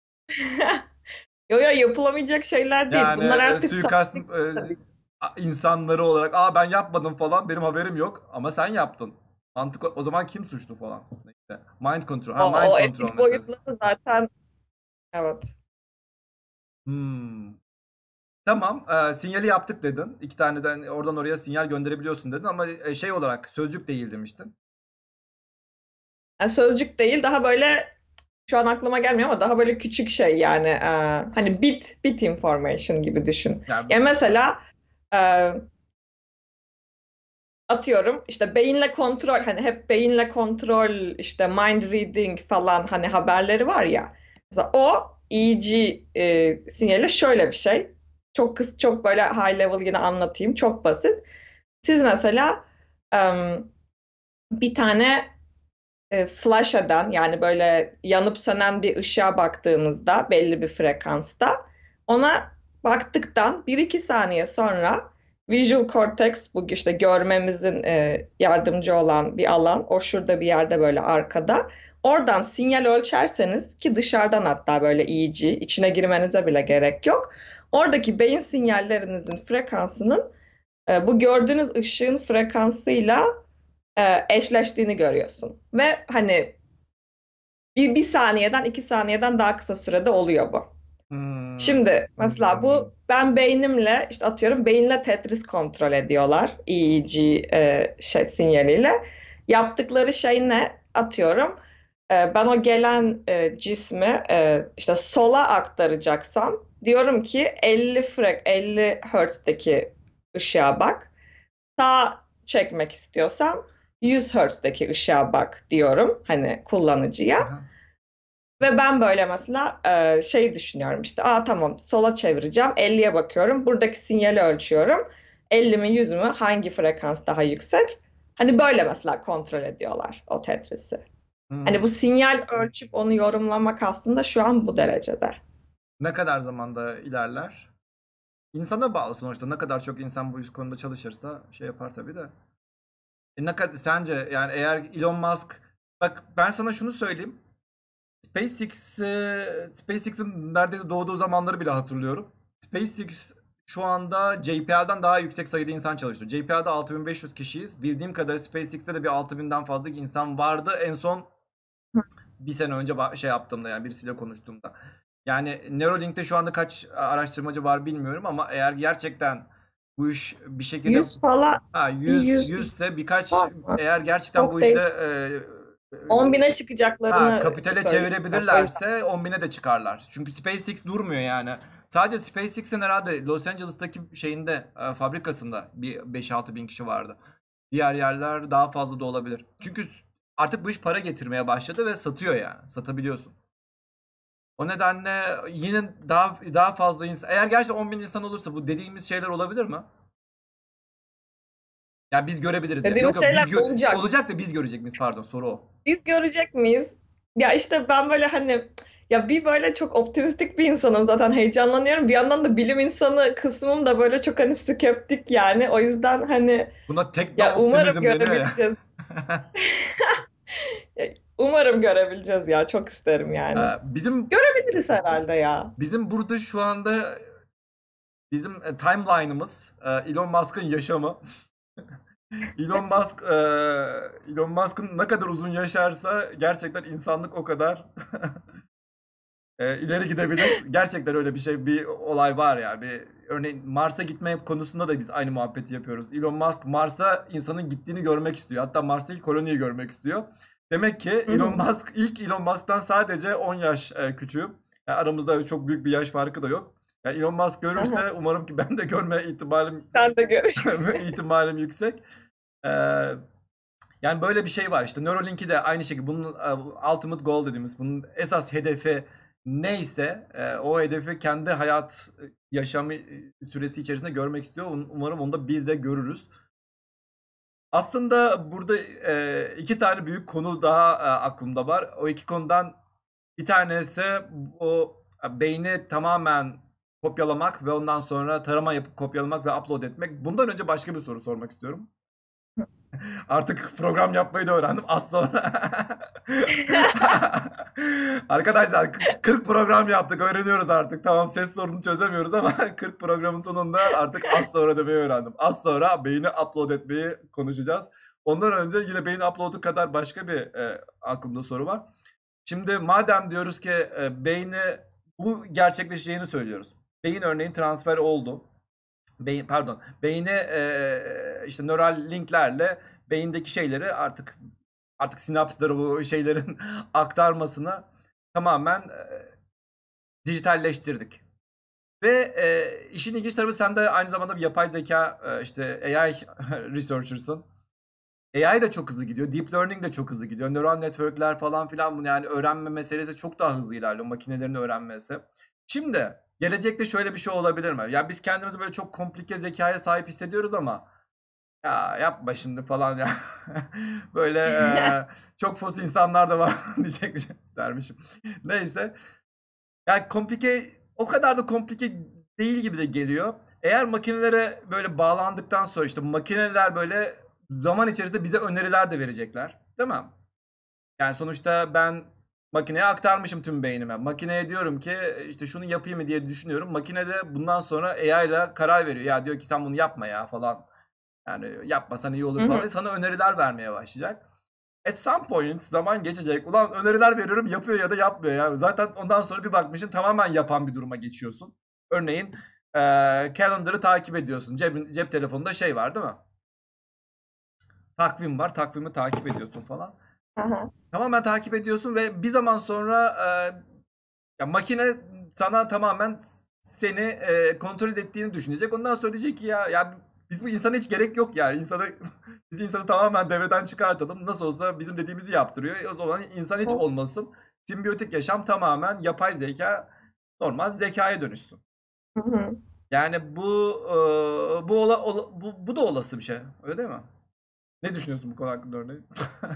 Yo yo yapılamayacak şeyler değil. Yani Bunlar artık suikast sanatlık tabii. insanları olarak, ben yapmadım falan, benim haberim yok ama sen yaptın. O zaman kim suçlu falan. İşte mind control. Ha, mind O control etik meselesi. boyutları zaten evet. Hmm. Tamam, sinyali yaptık dedin. İki taneden oradan oraya sinyal gönderebiliyorsun dedin, ama şey olarak sözcük değil demiştin. Yani sözcük değil daha böyle şu an aklıma gelmiyor ama daha böyle küçük şey yani hani bit information gibi düşün. Yani Yani mesela e, atıyorum işte beyinle kontrol hani hep beyinle kontrol işte mind reading falan hani haberleri var ya. Mesela o EEG sinyali şöyle bir şey. Çok böyle high level yine anlatayım. Çok basit. Siz mesela bir tane flash eden yani böyle yanıp sönen bir ışığa baktığınızda belli bir frekansta ona baktıktan 1-2 saniye sonra visual cortex bu işte görmemizin yardımcı olan bir alan o şurada bir yerde böyle arkada oradan sinyal ölçerseniz ki dışarıdan hatta böyle EEG içine girmenize bile gerek yok. Oradaki beyin sinyallerinizin frekansının bu gördüğünüz ışığın frekansıyla eşleştiğini görüyorsun. Ve hani bir saniyeden 2 saniyeden daha kısa sürede oluyor bu. Şimdi mesela bu ben beynimle işte atıyorum beyinle Tetris kontrol ediyorlar EEG sinyaliyle. Yaptıkları şey ne? Atıyorum ben o gelen cismi işte sola aktaracaksam diyorum ki 50 Hz'deki ışığa bak. Sağa çekmek istiyorsam 100 Hz'deki ışığa bak diyorum hani kullanıcıya. Aha. Ve ben böyle mesela şey düşünüyorum işte tamam sola çevireceğim 50'ye bakıyorum buradaki sinyali ölçüyorum 50 mi 100 mü hangi frekans daha yüksek hani böyle mesela kontrol ediyorlar o Tetris'i. Hani bu sinyal ölçüp onu yorumlamak aslında şu an bu derecede. Ne kadar zamanda ilerler? İnsana bağlı sonuçta. Ne kadar çok insan bu konuda çalışırsa şey yapar tabii de. Ne kadar sence yani eğer Elon Musk, bak ben sana şunu söyleyeyim. SpaceX'in neredeyse doğduğu zamanları bile hatırlıyorum. SpaceX şu anda JPL'den daha yüksek sayıda insan çalıştırıyor. JPL'de 6500 kişiyiz. Bildiğim kadarıyla SpaceX'te de bir 6000'den fazla insan vardı. En son bir sene önce şey yaptığımda yani birisiyle konuştuğumda. Yani Neuralink'te şu anda kaç araştırmacı var bilmiyorum ama eğer gerçekten bu iş bir şekilde 100 falan 100 100 ise birkaç var mı? eğer gerçekten Çok bu değil. işte 10.000'e çıkacaklarını kapitale söylüyorum. O yüzden. çevirebilirlerse 10.000'e de çıkarlar. Çünkü SpaceX durmuyor yani. Sadece SpaceX'in herhalde Los Angeles'taki şeyinde fabrikasında bir 5-6 bin kişi vardı. Diğer yerler daha fazla da olabilir. Çünkü artık bu iş para getirmeye başladı ve satıyor yani. Satabiliyorsun. O nedenle yine daha fazla insan, eğer gerçekten 10 bin insan olursa bu dediğimiz şeyler olabilir mi? Yani biz görebiliriz yani. Yok Dediğimiz yok şeyler biz olacak. olacak da biz görecek miyiz? Pardon, soru o. Biz görecek miyiz? Ya işte ben böyle hani ya bir böyle çok optimistik bir insanım zaten heyecanlanıyorum. Bir yandan da bilim insanı kısmım da böyle çok hani skeptik yani. O yüzden hani Buna tekno ya umarım optimizm deniyor ya. görebileceğiz. Umarım görebileceğiz ya. Çok isterim yani. Bizim Görebiliriz herhalde ya. burada şu anda bizim timeline'ımız Elon Musk'ın yaşamı. Elon Musk'ın ne kadar uzun yaşarsa gerçekten insanlık o kadar ileri gidebilir. Gerçekten öyle bir olay var yani. Örneğin Mars'a gitme konusunda da biz aynı muhabbeti yapıyoruz. Elon Musk Mars'a insanın gittiğini görmek istiyor. Hatta Mars'taki koloniyi görmek istiyor. Demek ki ilk Elon Musk'tan sadece 10 yaş küçüğüm. Yani aramızda çok büyük bir yaş farkı da yok. Yani Elon Musk görürse umarım ki ben de görme Ben de görüşürüz. ihtimalim yüksek. Ee, Yani böyle bir şey var işte. Neuralink'i de aynı şekilde bunun ultimate goal dediğimiz, bunun esas hedefi neyse o hedefi kendi hayat yaşamı süresi içerisinde görmek istiyor. Umarım onu da biz de görürüz. Aslında burada iki tane büyük konu daha aklımda var. O iki konudan bir tanesi o beyni tamamen kopyalamak ve ondan sonra tarama yapıp kopyalamak ve upload etmek. Bundan önce başka bir soru sormak istiyorum. Artık program yapmayı da öğrendim az sonra. Arkadaşlar 40 program yaptık, öğreniyoruz artık. Tamam, ses sorunu çözemiyoruz ama 40 programın sonunda artık az sonra demeyi öğrendim. Az sonra beyni upload etmeyi konuşacağız. Ondan önce yine beyin upload'u kadar başka bir aklımda soru var. Şimdi madem diyoruz ki beyni bu gerçekleşeceğini söylüyoruz. Beyin örneğin transfer oldu. Beyine işte nöral linklerle beyindeki şeyleri artık sinapsları bu şeylerin aktarmasını tamamen dijitalleştirdik. Ve işin ilginç tarafı sen de aynı zamanda bir yapay zeka işte AI researcher'sın. AI de çok hızlı gidiyor. Deep learning de çok hızlı gidiyor. Neural network'ler falan filan bunu yani öğrenme meselesi çok daha hızlı ilerliyor. Makinelerin öğrenmesi. Şimdi gelecekte şöyle bir şey olabilir mi? Ya biz kendimizi böyle çok komplike zekaya sahip hissediyoruz ama ya yapma şimdi falan ya. Böyle çok fos insanlar da var diyecek bir şey dermişim. Neyse. Yani o kadar da komplike değil gibi de geliyor. Eğer makinelere böyle bağlandıktan sonra işte makineler böyle zaman içerisinde bize öneriler de verecekler. Değil mi? Yani sonuçta ben Makineye aktarmışım tüm beynime. Makineye diyorum ki işte şunu yapayım mı diye düşünüyorum. Makine de bundan sonra AI ile karar veriyor. Ya diyor ki sen bunu yapma ya falan. Yani yapmasan iyi olur Hı falan. hı. Sana öneriler vermeye başlayacak. At some point zaman geçecek. Ulan öneriler veriyorum yapıyor ya da yapmıyor ya. Zaten ondan sonra bir bakmışsın tamamen yapan bir duruma geçiyorsun. Örneğin calendar'ı takip ediyorsun. Cep telefonunda şey var değil mi? Takvim var. Takvimi takip ediyorsun falan. Aha. Tamamen takip ediyorsun ve bir zaman sonra ya makine sana tamamen seni kontrol ettiğini düşünecek. Ondan sonra diyecek ki ya biz bu insana hiç gerek yok yani. Biz insanı tamamen devreden çıkartalım. Nasıl olsa bizim dediğimizi yaptırıyor. O zaman insan hiç olmasın. Simbiyotik yaşam tamamen yapay zeka, normal zekaya dönüşsün. Hı hı. Yani bu da olası bir şey. Öyle değil mi? Ne düşünüyorsun bu konu hakkında örneğin?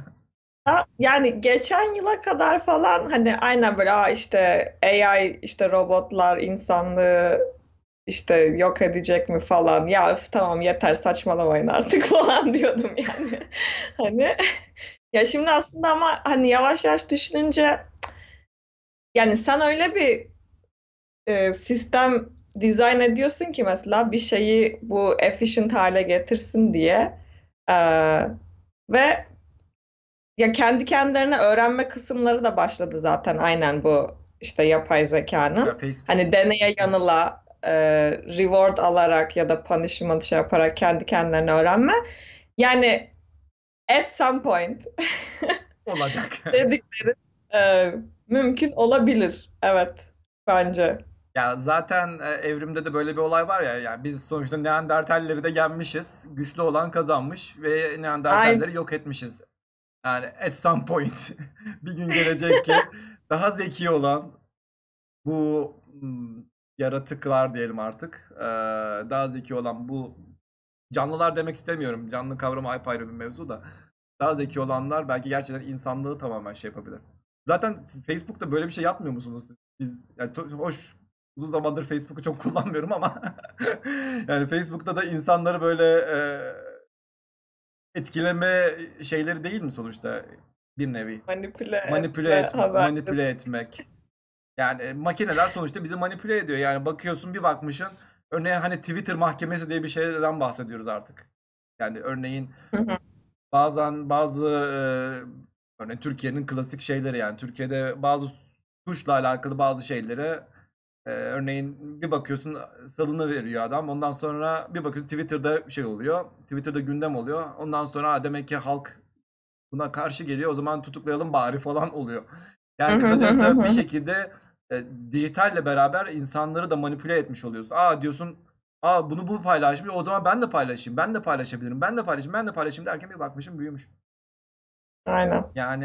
Yani geçen yıla kadar falan hani aynen böyle işte AI işte robotlar insanlığı işte yok edecek mi falan. Ya öf, tamam yeter saçmalamayın artık falan diyordum yani. Hani ya şimdi aslında ama hani yavaş yavaş düşününce yani sen öyle bir sistem dizayn ediyorsun ki mesela bir şeyi bu efficient hale getirsin diye. E, ve ya kendi kendilerine öğrenme kısımları da başladı zaten aynen bu işte yapay Ya zekanın. Facebook. Hani deneye yanıla reward alarak ya da punishment şey yaparak kendi kendilerine öğrenme. Yani at some point Olacak. dedikleri e, mümkün olabilir. Evet bence. Ya zaten evrimde de böyle bir olay var ya. Yani biz sonuçta Neandertalleri de yenmişiz. Güçlü olan kazanmış ve Aynen. Neandertalleri yok etmişiz. Yani at some point bir gün gelecek ki daha zeki olan bu yaratıklar diyelim artık. Daha zeki olan bu canlılar demek istemiyorum. Canlı kavramı apayrı bir mevzu da. Daha zeki olanlar belki gerçekten insanlığı tamamen şey yapabilir. Zaten Facebook'ta böyle bir şey yapmıyor musunuz siz? Biz yani hoş uzun zamandır Facebook'u çok kullanmıyorum ama yani Facebook'ta da insanları böyle etkileme şeyleri değil mi sonuçta bir nevi? Manipüle Manipüle etme haber. manipüle etmek. Yani makineler sonuçta bizi manipüle ediyor. Yani bakıyorsun bir bakmışsın. Örneğin hani Twitter mahkemesi diye bir şeyden bahsediyoruz artık. Yani örneğin Hı hı. bazen bazı örneğin Türkiye'nin klasik şeyleri yani Türkiye'de bazı suçla alakalı bazı şeyleri örneğin bir bakıyorsun salını veriyor adam. Ondan sonra bir bakıyorsun Twitter'da şey oluyor. Twitter'da gündem oluyor. Ondan sonra demek ki halk buna karşı geliyor. O zaman tutuklayalım bari falan oluyor. Hı Yani hı hı hı kısacası bir hı. şekilde dijitalle beraber insanları da manipüle etmiş oluyorsun. Diyorsun bunu bu paylaşmış. O zaman ben de paylaşayım. Ben de paylaşabilirim. Ben de paylaşayım. Ben de paylaşayım derken bir bakmışım büyümüş. Aynen. Yani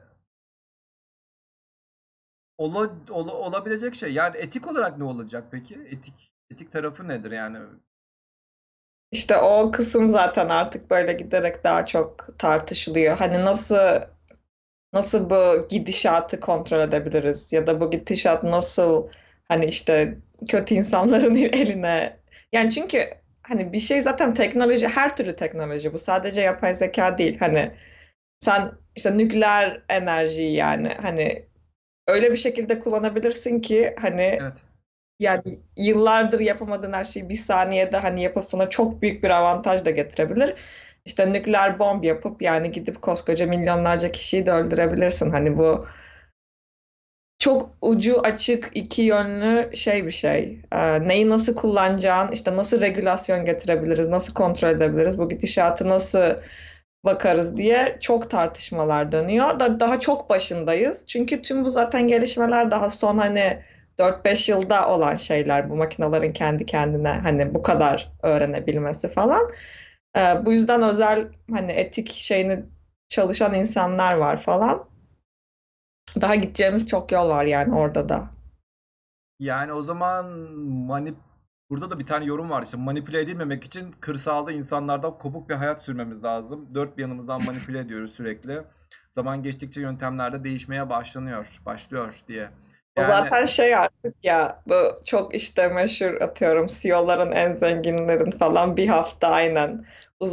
olabilecek şey. Yani etik olarak ne olacak peki? Etik tarafı nedir yani? İşte o kısım zaten artık böyle giderek daha çok tartışılıyor. Hani nasıl bu gidişatı kontrol edebiliriz ya da bu gidişat nasıl hani işte kötü insanların eline yani çünkü hani bir şey zaten teknoloji her türlü teknoloji bu sadece yapay zeka değil hani sen işte nükleer enerjiyi yani hani öyle bir şekilde kullanabilirsin ki hani Evet. yani yıllardır yapamadığın her şeyi bir saniyede hani yapıp sana çok büyük bir avantaj da getirebilir. İşte nükleer bomb yapıp yani gidip koskoca milyonlarca kişiyi de öldürebilirsin. Hani bu çok ucu açık iki yönlü şey bir şey. Neyi nasıl kullanacağın, işte nasıl regülasyon getirebiliriz, nasıl kontrol edebiliriz, bu gidişatı nasıl bakarız diye çok tartışmalar dönüyor. Daha çok başındayız. Çünkü tüm bu zaten gelişmeler daha son hani 4-5 yılda olan şeyler. Bu makinelerin kendi kendine hani bu kadar öğrenebilmesi falan. Bu yüzden özel hani etik şeyini çalışan insanlar var falan. Daha gideceğimiz çok yol var yani orada da. Yani o zaman burada da bir tane yorum var işte manipüle edilmemek için kırsalda insanlardan kopuk bir hayat sürmemiz lazım. Dört bir yanımızdan manipüle ediyoruz sürekli. Zaman geçtikçe yöntemler de değişmeye başlıyor diye. O Yani zaten şey artık ya bu çok işte meşhur atıyorum CEO'ların en zenginlerin falan bir hafta aynen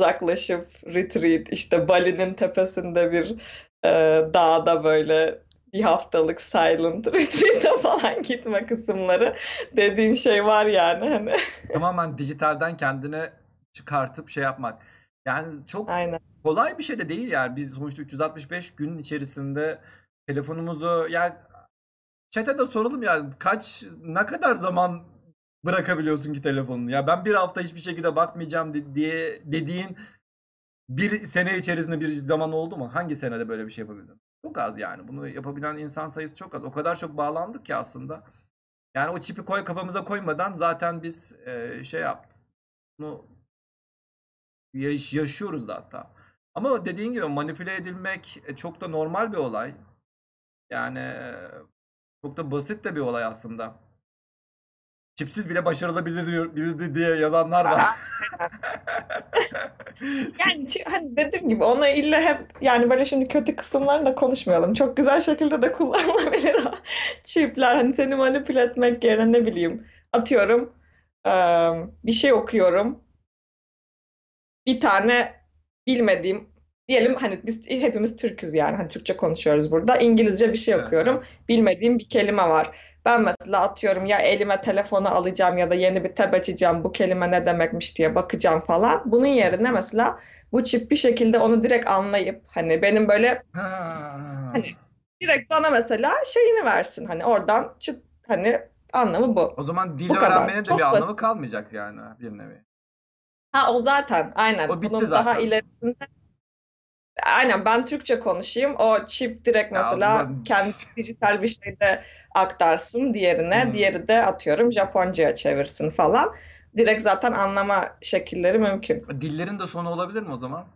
uzaklaşıp retreat işte Bali'nin tepesinde bir e, dağda böyle bir haftalık silent retreat'e falan gitme kısımları dediğin şey var yani hani. Tamamen dijitalden kendini çıkartıp şey yapmak. Yani çok Aynen. kolay bir şey de değil yani. Biz sonuçta 365 gün içerisinde telefonumuzu ya chat'e de soralım yani ne kadar zaman bırakabiliyorsun ki telefonunu? Ya ben bir hafta hiçbir şekilde bakmayacağım diye dediğin bir sene içerisinde bir zaman oldu mu? Hangi senede böyle bir şey yapabildin? Çok az yani. Bunu yapabilen insan sayısı çok az. O kadar çok bağlandık ki aslında. Yani o çipi kafamıza koymadan zaten biz şey yaptık. Bunu yaşıyoruz da hatta. Ama dediğin gibi manipüle edilmek çok da normal bir olay. Yani çok da basit de bir olay aslında. Çipsiz bile başarılabilir diye yazanlar var. Yani hani dediğim gibi ona illa hep yani böyle şimdi kötü kısımlarını da konuşmayalım. Çok güzel şekilde de kullanılabilir o çipler. Hani seni manipüle etmek yerine ne bileyim atıyorum bir şey okuyorum. Bir tane bilmediğim diyelim hani biz hepimiz Türküz yani hani Türkçe konuşuyoruz burada. İngilizce bir şey Evet, okuyorum. evet. Bilmediğim bir kelime var. Ben mesela atıyorum ya elime telefonu alacağım ya da yeni bir tab açacağım bu kelime ne demekmiş diye bakacağım falan. Bunun yerine mesela bu çip bir şekilde onu direkt anlayıp hani benim böyle Ha. hani direkt bana mesela şeyini versin hani oradan çıt hani anlamı bu. O zaman dil Bu kadar. öğrenmenin de bir Çok basit. anlamı kalmayacak yani bir nevi. Ha o zaten aynen. O bitti Bunun daha zaten. ilerisinde aynen ben Türkçe konuşayım. O çip direkt Ya o mesela zaman kendi dijital bir şeyde aktarsın diğerine. Hmm. Diğeri de atıyorum Japonca'ya çevirsin falan. Direkt zaten anlama şekilleri mümkün. Dillerin de sonu olabilir mi o zaman?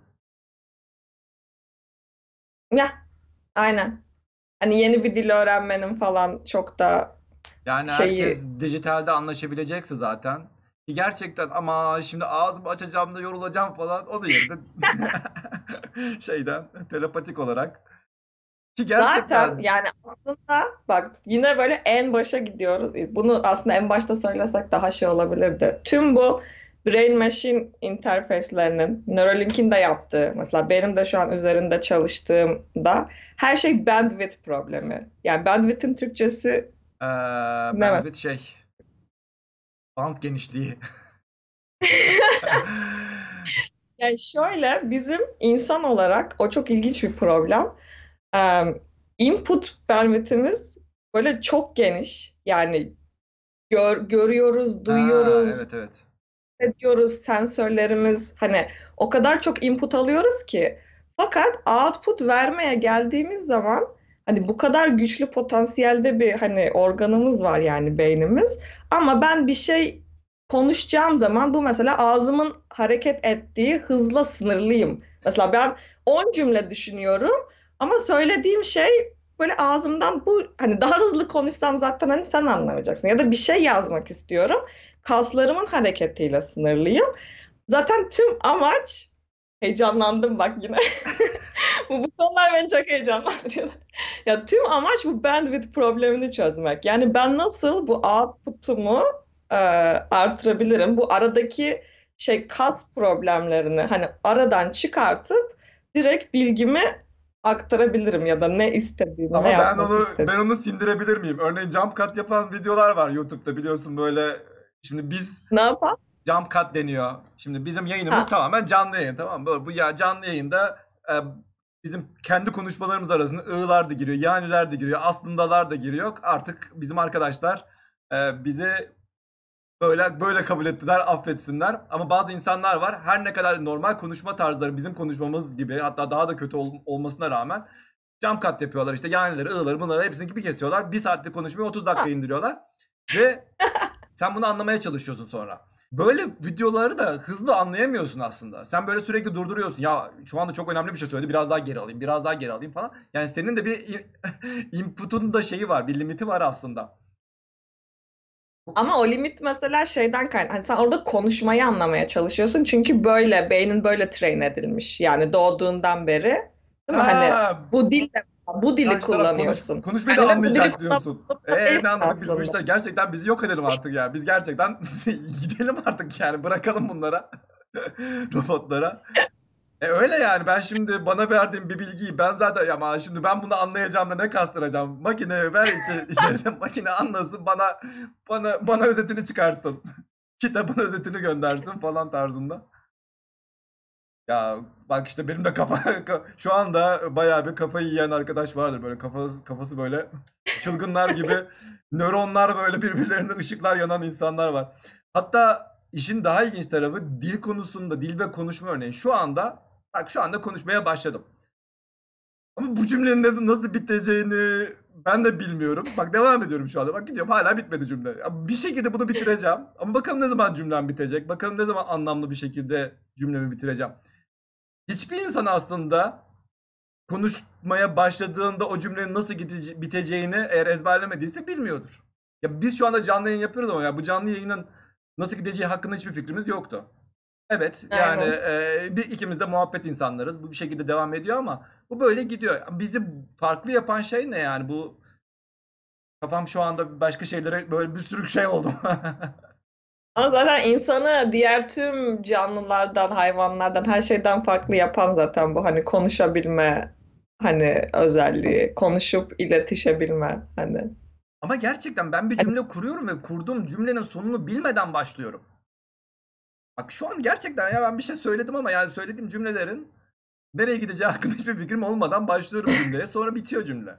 Ya aynen. Hani yeni bir dil öğrenmenin falan çok da Yani herkes şeyi dijitalde anlaşabilecekse zaten. Ki gerçekten ama şimdi ağzımı açacağım da yorulacağım falan onun yerine şeyden telepatik olarak. Ki zaten gerçekten yani aslında bak yine böyle en başa gidiyoruz. Bunu aslında en başta söylesek daha şey olabilirdi. Tüm bu brain machine interface'lerinin Neuralink'in de yaptığı mesela benim de şu an üzerinde çalıştığımda her şey bandwidth problemi. Yani bandwidth'in Türkçesi ne mesela? bandwidth band genişliği. Yani şöyle bizim insan olarak o çok ilginç bir problem. Input bandwidth'imiz böyle çok geniş. Yani görüyoruz, duyuyoruz, Evet, evet. ediyoruz, sensörlerimiz hani o kadar çok input alıyoruz ki fakat output vermeye geldiğimiz zaman hani bu kadar güçlü potansiyelde bir hani organımız var yani beynimiz ama ben bir şey konuşacağım zaman bu mesela ağzımın hareket ettiği hızla sınırlıyım. Mesela ben 10 cümle düşünüyorum ama söylediğim şey böyle ağzımdan bu hani daha hızlı konuşsam zaten hani sen anlamayacaksın ya da bir şey yazmak istiyorum kaslarımın hareketiyle sınırlıyım. Zaten tüm amaç heyecanlandım bak yine. Bu konular beni çok heyecanlandırıyor. Ya tüm amaç bu bandwidth problemini çözmek. Yani ben nasıl bu output'umu artırabilirim? Bu aradaki şey kas problemlerini hani aradan çıkartıp direkt bilgimi aktarabilirim ya da ne istediğimi, ne Ama yapmak ben istediğimi. onu sindirebilir miyim? Örneğin jump cut yapan videolar var YouTube'da biliyorsun böyle. Şimdi biz Ne yapalım? jump cut deniyor. Şimdi bizim yayınımız Ha. tamamen canlı yayın, tamam mı? Böyle bu ya canlı yayında bizim kendi konuşmalarımız arasında ı'lar da giriyor, yaniler de giriyor, aslındalar da giriyor. Artık bizim arkadaşlar bizi böyle kabul ettiler, affetsinler. Ama bazı insanlar var. Her ne kadar normal konuşma tarzları bizim konuşmamız gibi, hatta daha da kötü olmasına rağmen jump cut yapıyorlar. İşte yanileri, ı'ları, bunları hepsini gibi kesiyorlar. Bir saatlik konuşmayı 30 Ha. dakika indiriyorlar. Ve sen bunu anlamaya çalışıyorsun sonra. Böyle videoları da hızlı anlayamıyorsun aslında. Sen böyle sürekli durduruyorsun. Ya şu anda çok önemli bir şey söyledi. Biraz daha geri alayım, biraz daha geri alayım falan. Yani senin de bir input'un da şeyi var, bir limiti var aslında. Ama o limit mesela şeyden kaynaklı. Hani sen orada konuşmayı anlamaya çalışıyorsun. Çünkü böyle beynin böyle train edilmiş. Yani doğduğundan beri. Değil mi? Hani Ha, bu dili karşı taraf kullanıyorsun. konuşmayı da Kendine bu dili anlayacak kullanmak diyorsun. zorunda Ne değilsin anladık biz bu aslında. işler? Gerçekten bizi yok edelim artık ya. Biz gerçekten gidelim artık yani. Bırakalım bunlara. Robotlara. Öyle yani ben şimdi bana verdiğin bir bilgiyi ben zaten ama şimdi ben bunu anlayacağım da ne kastıracağım? Makineye ver içeride makine anlasın bana özetini çıkarsın. Kitabın özetini göndersin falan tarzında. Ya bak işte benim de şu anda bayağı bir kafayı yiyen arkadaş vardır böyle kafası böyle çılgınlar gibi nöronlar böyle birbirlerine ışıklar yanan insanlar var. Hatta işin daha ilginç tarafı dil konusunda dil ve konuşma örneği şu anda konuşmaya başladım. Ama bu cümlenin nasıl biteceğini ben de bilmiyorum. Bak devam ediyorum şu anda. Bak gidiyorum hala bitmedi cümle. Bir şekilde bunu bitireceğim. Ama bakalım ne zaman cümlem bitecek. Bakalım ne zaman anlamlı bir şekilde cümlemi bitireceğim. Hiçbir insan aslında konuşmaya başladığında o cümlenin nasıl biteceğini eğer ezberlemediyse bilmiyordur. Ya biz şu anda canlı yayın yapıyoruz ama ya bu canlı yayının nasıl gideceği hakkında hiçbir fikrimiz yoktu. Evet yani Aynen. ikimiz de muhabbet insanlarız. Bu bir şekilde devam ediyor ama bu böyle gidiyor. Bizi farklı yapan şey ne yani? Kafam şu anda başka şeylere böyle bir sürü şey oldu. Ama zaten insanı diğer tüm canlılardan, hayvanlardan, her şeyden farklı yapan zaten bu hani konuşabilme hani özelliği, konuşup iletişebilme hani. Ama gerçekten ben bir Hani cümle kuruyorum ve kurduğum cümlenin sonunu bilmeden başlıyorum. Bak şu an gerçekten ya ben bir şey söyledim ama yani söylediğim cümlelerin nereye gideceği hakkında hiçbir fikrim olmadan başlıyorum cümleye. Sonra bitiyor cümle.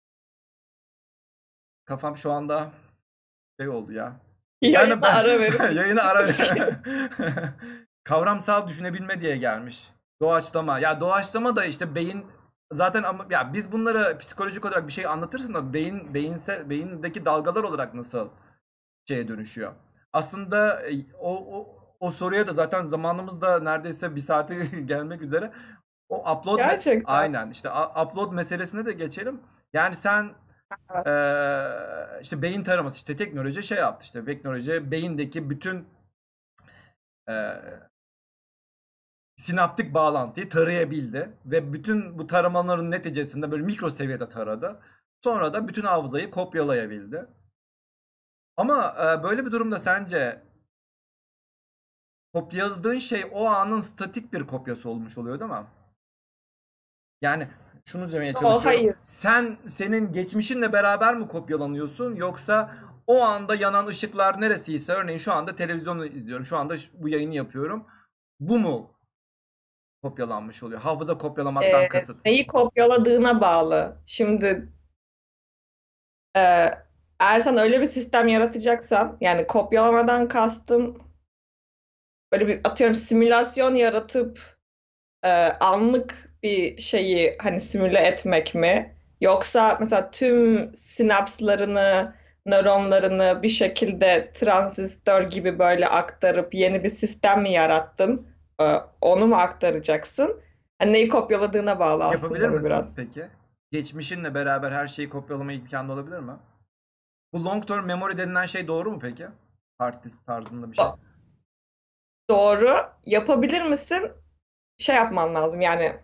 Kafam şu anda şey oldu ya. Yani yayına ben ara verip yayını ara kavramsal düşünebilme diye gelmiş. Doğaçlama. Ya doğaçlama da işte beyin zaten ama ya biz bunları psikolojik olarak bir şey anlatırsın da beyindeki dalgalar olarak nasıl şeye dönüşüyor. Aslında o soruya da zaten zamanımız da neredeyse bir saate gelmek üzere. gerçekten. Aynen işte upload meselesine de geçelim. Yani sen Evet. işte beyin taraması işte teknoloji şey yaptı işte teknoloji beyindeki bütün eee, sinaptik bağlantıyı tarayabildi ve bütün bu taramaların neticesinde böyle mikro seviyede taradı. Sonra da bütün hafızayı kopyalayabildi. Ama böyle bir durumda sence kopyaladığın şey o anın statik bir kopyası olmuş oluyor değil mi? Yani şunu demeye çalışıyorum. Hayır. Senin geçmişinle beraber mi kopyalanıyorsun yoksa o anda yanan ışıklar neresiyse örneğin şu anda televizyonu izliyorum. Şu anda bu yayını yapıyorum. Bu mu kopyalanmış oluyor? Hafıza kopyalamaktan kasıt. Neyi kopyaladığına bağlı. Şimdi e, eğer sen öyle bir sistem yaratacaksan yani kopyalamadan kastım böyle bir atıyorum simülasyon yaratıp anlık bir şeyi hani simüle etmek mi? Yoksa mesela tüm sinapslarını, nöronlarını bir şekilde transistör gibi böyle aktarıp yeni bir sistem mi yarattın? Onu mu aktaracaksın? Hani neyi kopyaladığına bağlı Yapabilir aslında bu misin biraz. peki? Geçmişinle beraber her şeyi kopyalama imkanı olabilir mi? Bu long term memory denilen şey doğru mu peki? Hard disk tarzında bir şey. Do- Doğru. Yapabilir misin? Şey yapman lazım yani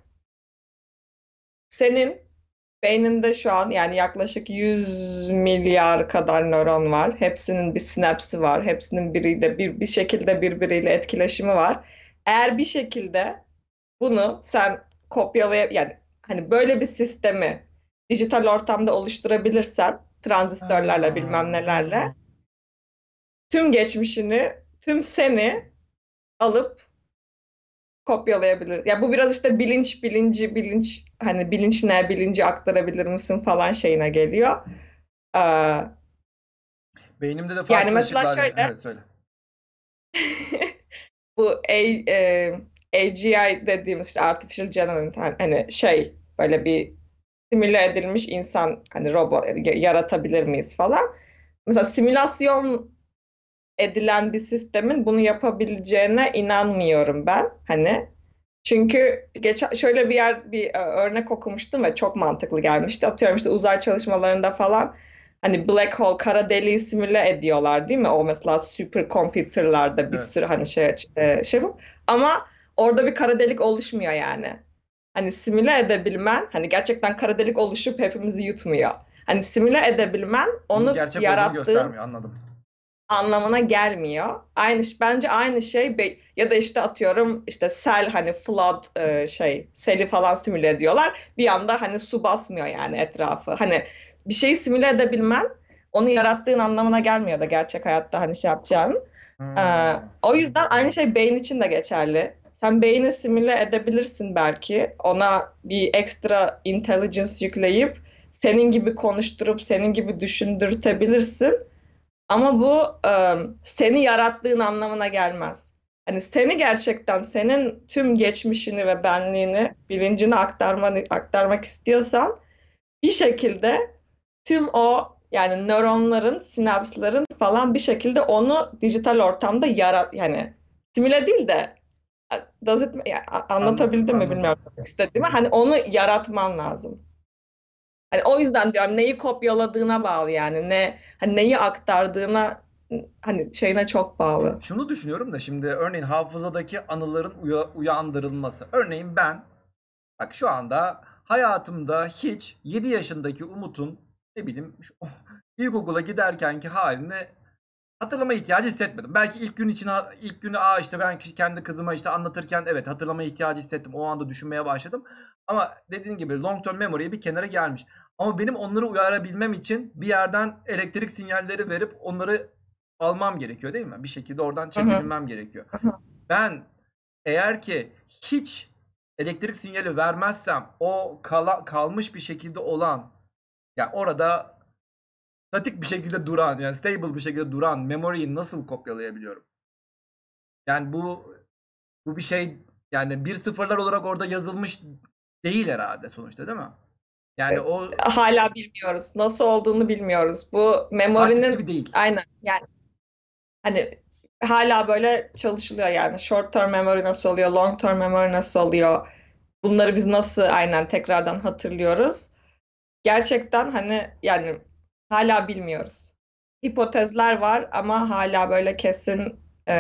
senin beyninde şu an yani yaklaşık 100 milyar kadar nöron var. Hepsinin bir sinapsi var. Hepsinin biriyle bir şekilde birbiriyle etkileşimi var. Eğer bir şekilde bunu sen yani hani böyle bir sistemi dijital ortamda oluşturabilirsen transistörlerle bilmem Ha. nelerle tüm geçmişini, tüm seni alıp kopyalayabilir. Ya bu biraz işte bilinç hani bilinç ne bilinci aktarabilir misin falan şeyine geliyor. Ee, Beynimde de Yani farklı mesela ışıklar yanıyor. şöyle Evet söyle. bu AGI dediğimiz işte Artificial General hani şey böyle bir simüle edilmiş insan hani robot yaratabilir miyiz falan. Mesela simülasyon edilen bir sistemin bunu yapabileceğine inanmıyorum ben. Hani çünkü şöyle bir örnek okumuştum ve çok mantıklı gelmişti. Atıyorum işte uzay çalışmalarında falan hani black hole kara deliği simüle ediyorlar değil mi? O mesela supercomputer'larda bir Evet. sürü hani şey bu. Ama orada bir kara delik oluşmuyor yani. Hani simüle edebilmen, hani gerçekten kara delik oluşup hepimizi yutmuyor. Hani simüle edebilmen Bunun onu gerçek olduğunu yarattığın göstermiyor anladım. anlamına gelmiyor. Bence aynı şey ya da işte atıyorum işte sel hani flood seli falan simüle ediyorlar. Bir anda hani su basmıyor yani etrafı. Hani bir şeyi simüle edebilmen onu yarattığın anlamına gelmiyor da gerçek hayatta hani şey yapacağın. Hmm. O yüzden aynı şey beyin için de geçerli. Sen beyni simüle edebilirsin belki. Ona bir ekstra intelligence yükleyip senin gibi konuşturup senin gibi düşündürtebilirsin. Ama bu seni yarattığın anlamına gelmez. Hani seni gerçekten senin tüm geçmişini ve benliğini, bilincini aktarmak istiyorsan bir şekilde tüm o yani nöronların, sinapsların falan bir şekilde onu dijital ortamda yani simüle değil de yani Anladım, anlatabildim mi anladım. bilmiyorum demek istediğimi. Hani onu yaratman lazım. Hani o yüzden diyorum neyi kopyaladığına bağlı yani hani neyi aktardığına hani şeyine çok bağlı. Şunu düşünüyorum da şimdi örneğin hafızadaki anıların uyandırılması. Örneğin ben bak şu anda hayatımda hiç 7 yaşındaki Umut'un ne bileyim ilkokula giderkenki halini hatırlama ihtiyacı hissetmedim. Belki ilk gün için ilk günü işte ben kendi kızıma işte anlatırken evet hatırlama ihtiyacı hissettim. O anda düşünmeye başladım. Ama dediğin gibi long term memory'ye bir kenara gelmiş. Ama benim onları uyarabilmem için bir yerden elektrik sinyalleri verip onları almam gerekiyor değil mi? Bir şekilde oradan Hı hı, çekebilmem gerekiyor. hı hı. Ben eğer ki hiç elektrik sinyali vermezsem o kalmış bir şekilde olan yani orada statik bir şekilde duran yani stable bir şekilde duran memory'yi nasıl kopyalayabiliyorum? Yani bu bir şey yani bir sıfırlar olarak orada yazılmış değil herhalde sonuçta değil mi? Yani o Hala bilmiyoruz. Nasıl olduğunu bilmiyoruz. Bu hard disk memorinin gibi değil. aynen yani hani hala böyle çalışılıyor yani. Short term memory nasıl oluyor, long term memory nasıl oluyor? Bunları biz nasıl aynen tekrardan hatırlıyoruz? Gerçekten hani yani hala bilmiyoruz. Hipotezler var ama hala böyle kesin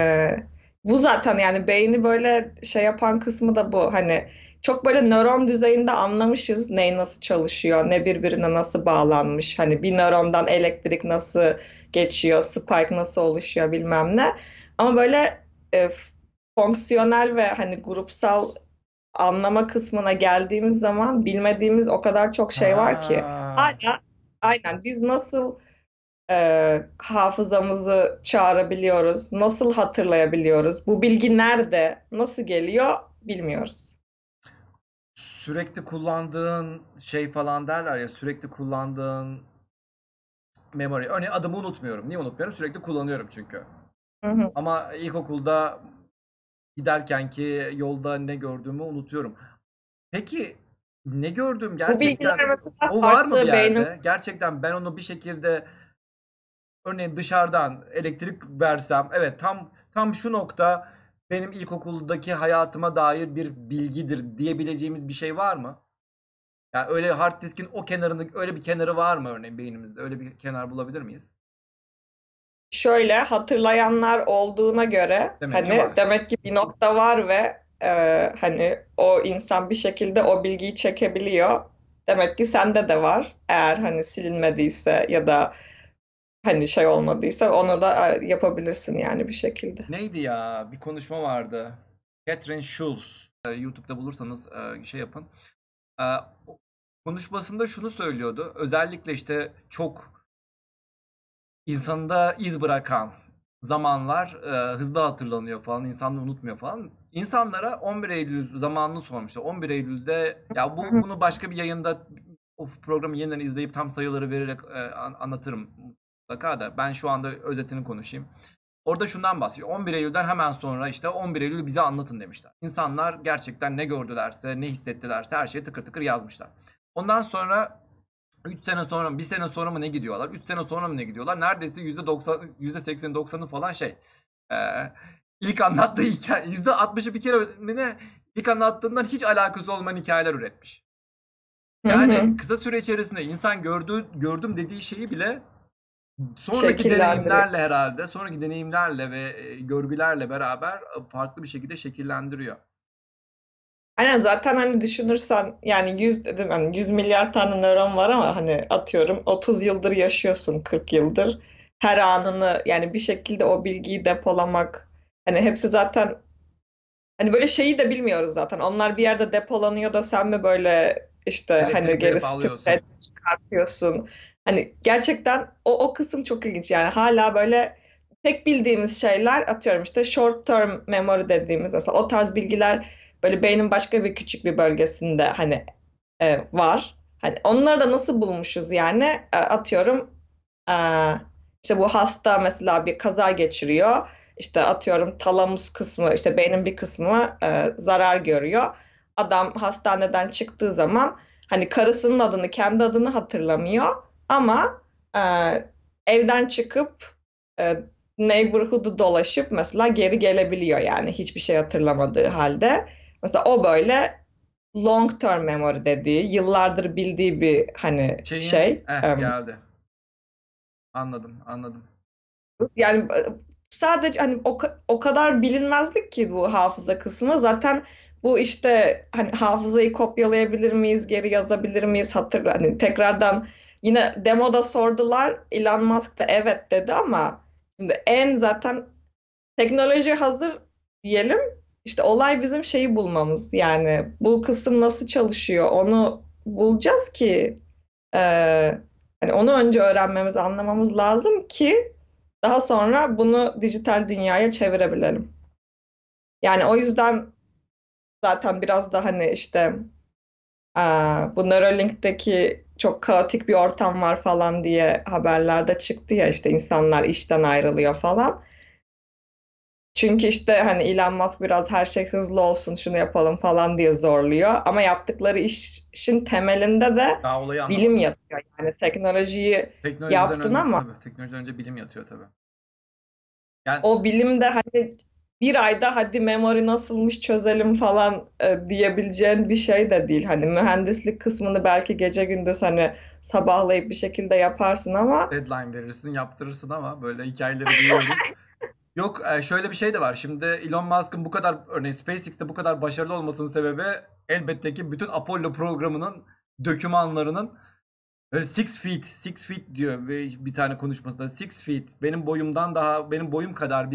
bu zaten yani beyni böyle şey yapan kısmı da bu. Hani çok böyle nöron düzeyinde anlamışız ne nasıl çalışıyor, ne birbirine nasıl bağlanmış. Hani bir nörondan elektrik nasıl geçiyor, spike nasıl oluşuyor bilmem ne. Ama böyle fonksiyonel ve hani grupsal anlama kısmına geldiğimiz zaman bilmediğimiz o kadar çok şey var ki Ha. hala aynen biz nasıl hafızamızı çağırabiliyoruz, nasıl hatırlayabiliyoruz, bu bilgi nerede, nasıl geliyor bilmiyoruz. Sürekli kullandığın şey falan derler ya sürekli kullandığın memory. Örneğin adımı unutmuyorum. Niye unutmuyorum? Sürekli kullanıyorum çünkü. Hı hı. Ama ilkokulda giderkenki yolda ne gördüğümü unutuyorum. Peki ne gördüğüm Bu gerçekten bilgiler mesela o var mı bir farklı beynin yerde? Gerçekten ben onu bir şekilde örneğin dışarıdan elektrik versem evet tam şu nokta benim ilkokuldaki hayatıma dair bir bilgidir diyebileceğimiz bir şey var mı? Yani öyle hard diskin o kenarında öyle bir kenarı var mı örneğin beynimizde? Öyle bir kenar bulabilir miyiz? şöyle hatırlayanlar olduğuna göre Demek ki hani var. demek ki bir nokta var ve hani o insan bir şekilde o bilgiyi çekebiliyor. Demek ki sende de var. Eğer hani silinmediyse ya da hani şey olmadıysa onu da yapabilirsin yani bir şekilde. Neydi ya? Bir konuşma vardı. Catherine Schulz. YouTube'da bulursanız şey yapın. E, konuşmasında şunu söylüyordu. Özellikle işte çok insanda iz bırakan zamanlar hızlı hatırlanıyor falan. İnsanlar unutmuyor falan. İnsanlara 11 Eylül zamanını sormuşlar. 11 Eylül'de ya Hı hı. bunu başka bir yayında o programı yeniden izleyip tam sayıları vererek anlatırım mutlaka da. Ben şu anda özetini konuşayım. Orada şundan bahsediyor. 11 Eylül'den hemen sonra işte 11 Eylül bize anlatın demişler. İnsanlar gerçekten ne gördülerse, ne hissettilerse her şeyi tıkır tıkır yazmışlar. Ondan sonra 3 sene sonra, bir sene sonra mı ne gidiyorlar? 3 sene sonra mı ne gidiyorlar? Neredeyse %90, %80, 90'ı falan şey. E, ilk anlattığı hikaye, %60'ı bir kere mi ne? İlk anlattığından hiç alakası olmayan hikayeler üretmiş. Hı Yani hı. kısa süre içerisinde insan gördüm dediği şeyi bile sonraki Şekillendiriyor. deneyimlerle herhalde, sonraki deneyimlerle ve görgülerle beraber farklı bir şekilde şekillendiriyor. Aynen zaten hani düşünürsen yani 100 dedim hani 100 milyar tane nöron var ama hani atıyorum 30 yıldır yaşıyorsun 40 yıldır. her anını yani bir şekilde o bilgiyi depolamak. Hani hepsi zaten hani böyle şeyi de bilmiyoruz zaten. Onlar bir yerde depolanıyor da sen mi böyle işte hani Elektrik geri verip stimüle alıyorsun. çıkartıyorsun. Hani gerçekten o kısım çok ilginç yani hala böyle tek bildiğimiz şeyler atıyorum işte short term memory dediğimiz mesela o tarz bilgiler böyle beynin başka bir küçük bir bölgesinde hani var. Hani onları da nasıl bulmuşuz yani atıyorum e, işte bu hasta mesela bir kaza geçiriyor. İşte atıyorum talamus kısmı, işte beynin bir kısmı zarar görüyor. Adam hastaneden çıktığı zaman hani karısının adını, kendi adını hatırlamıyor ama e, evden çıkıp e, neighborhood'u dolaşıp mesela geri gelebiliyor yani hiçbir şey hatırlamadığı halde. Mesela o böyle long term memory dediği, yıllardır bildiği bir hani Şeyin şey. geldi. Anladım, anladım. Yani sadece hani o kadar bilinmezlik ki bu hafıza kısmı. Zaten bu işte hani hafızayı kopyalayabilir miyiz, geri yazabilir miyiz hatırla. Hani tekrardan yine demoda sordular. Elon Musk da evet dedi ama şimdi en zaten teknoloji hazır diyelim. İşte olay bizim şeyi bulmamız. Yani bu kısım nasıl çalışıyor onu bulacağız ki e, hani onu önce öğrenmemiz, anlamamız lazım ki daha sonra bunu dijital dünyaya çevirebilelim. Yani o yüzden zaten biraz da hani işte bu Neuralink'teki çok kaotik bir ortam var falan diye haberlerde çıktı ya işte insanlar işten ayrılıyor falan. Çünkü işte hani Elon Musk biraz her şey hızlı olsun şunu yapalım falan diye zorluyor. Ama yaptıkları işin temelinde de Daha olayı bilim anlamadılar. yatıyor. Yani teknolojiyi Teknolojiden yaptın önce ama tabii teknolojiden önce bilim yatıyor tabii. Yani o bilimde hani bir ayda hadi memory nasılmış çözelim falan diyebileceğin bir şey de değil. Hani mühendislik kısmını belki gece gündüz hani sabahlayıp bir şekilde yaparsın ama deadline verirsin, yaptırırsın ama böyle hikayeleri duyuyoruz. Yok, şöyle bir şey de var. Şimdi Elon Musk'ın bu kadar örneğin SpaceX'te bu kadar başarılı olmasının sebebi elbette ki bütün Apollo programının dokümanlarının böyle six feet diyor bir tane konuşmasında. Six feet benim boyumdan daha benim boyum kadar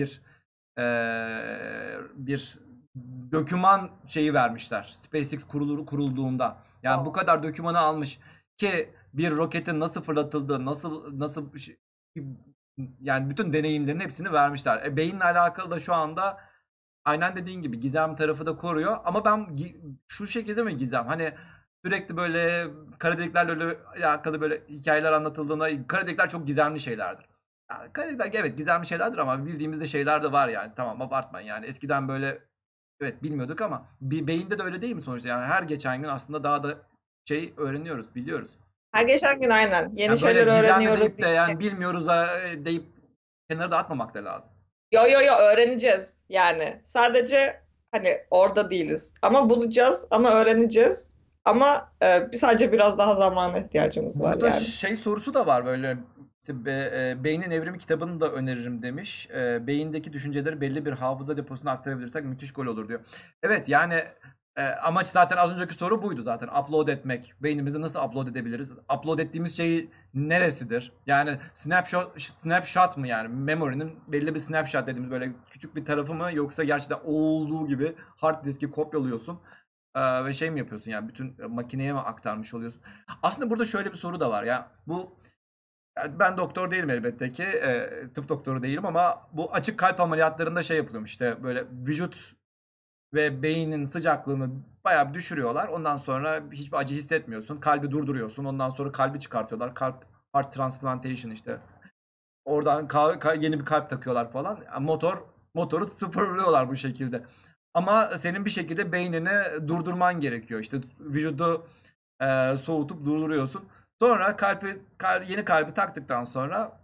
bir doküman şeyi vermişler. SpaceX kurulduğunda. Yani bu kadar dokümanı almış ki bir roketin nasıl fırlatıldığı, nasıl yani bütün deneyimlerin hepsini vermişler. Beyinle alakalı da şu anda aynen dediğin gibi gizem tarafı da koruyor. Ama ben şu şekilde mi gizem? Hani sürekli böyle kara deliklerle öyle alakalı böyle hikayeler anlatıldığında kara delikler çok gizemli şeylerdir. Ya, kara delikler evet gizemli şeylerdir ama bildiğimiz de şeyler de var yani. Tamam abartmayın yani. Eskiden böyle evet bilmiyorduk ama bir beyinde de öyle değil mi sonuçta? Yani her geçen gün aslında daha da şey öğreniyoruz, biliyoruz. her geçen gün aynen yeni Yani böyle şeyler gizemli öğreniyoruz. deyip de yani bilmiyoruz deyip kenara da atmamak da lazım. Yo öğreneceğiz yani. Sadece hani orada değiliz. Ama bulacağız ama öğreneceğiz. Ama sadece biraz daha zamana ihtiyacımız var Burada yani. şey sorusu da var böyle işte Beynin Evrimi kitabını da öneririm demiş. Beyindeki düşünceleri belli bir hafıza deposuna aktarabilirsek müthiş gol olur diyor. Evet yani amaç zaten az önceki soru buydu zaten. Upload etmek. Beynimizi nasıl upload edebiliriz? Upload ettiğimiz şey neresidir? Yani snapshot mı yani? Memory'nin belli bir snapshot dediğimiz böyle küçük bir tarafı mı yoksa gerçekten olduğu gibi hard diski kopyalıyorsun? Ve şey mi yapıyorsun yani bütün makineye mi aktarmış oluyorsun? Aslında burada şöyle bir soru da var ya. Ben doktor değilim elbette ki. Tıp doktoru değilim ama bu açık kalp ameliyatlarında şey yapılıyormuş işte böyle vücut ve beynin sıcaklığını bayağı bir düşürüyorlar. Ondan sonra hiçbir acı hissetmiyorsun. Kalbi durduruyorsun. Ondan sonra kalbi çıkartıyorlar. Heart transplantation işte. Oradan yeni bir kalp takıyorlar falan. Yani motoru sıfırlıyorlar bu şekilde. Ama senin bir şekilde beynini durdurman gerekiyor. İşte vücudu soğutup durduruyorsun. Sonra yeni kalbi taktıktan sonra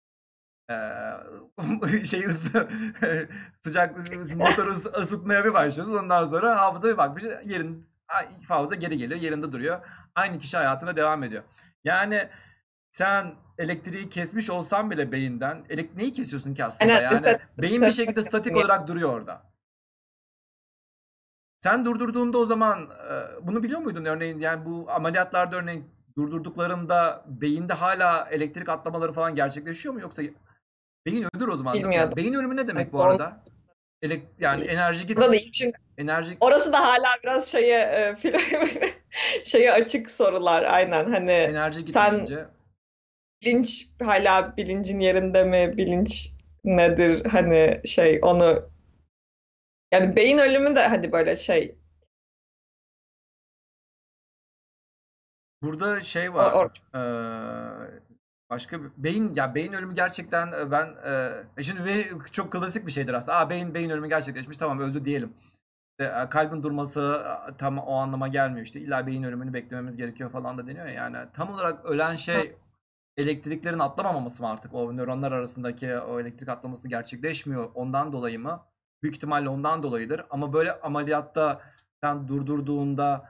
şey sıcak motoru ısıtmaya bir başlıyorsun. Ondan sonra hafıza bir bakmış hafıza geri geliyor, yerinde duruyor. Aynı kişi hayatına devam ediyor. Yani sen elektriği kesmiş olsan bile beyinden, neyi kesiyorsun ki aslında? Aynen Yani reset, beyin bir reset şekilde yapıyorsun statik yani. olarak duruyor orada. Sen durdurduğunda o zaman bunu biliyor muydun? Örneğin yani bu ameliyatlarda örneğin durdurduklarında beyinde hala elektrik atlamaları falan gerçekleşiyor mu yoksa Beyin ölür o zaman, değil mi? Yani Bilmiyordum. beyin ölümü ne demek Evet, bu arada? Yani enerji Burada da için enerji orası da hala biraz şeye açık sorular, aynen. Hani enerji sen gitmeyince. hala bilincin yerinde mi? Bilinç nedir? Hani onu, yani beyin ölümü de hadi böyle Burada şey o, var. o- Başka bir beyin ölümü gerçekten ben şimdi çok klasik bir şeydir aslında. Beyin ölümü gerçekleşmiş, tamam, öldü diyelim. Kalbin durması tam o anlama gelmiyor işte. İlla beyin ölümünü beklememiz gerekiyor falan da deniyor ya. Yani tam olarak ölen şey elektriklerin atlamaması mı artık? O nöronlar arasındaki o elektrik atlaması gerçekleşmiyor. Ondan dolayı mı? Büyük ihtimalle ondan dolayıdır. Ama böyle ameliyatta sen durdurduğunda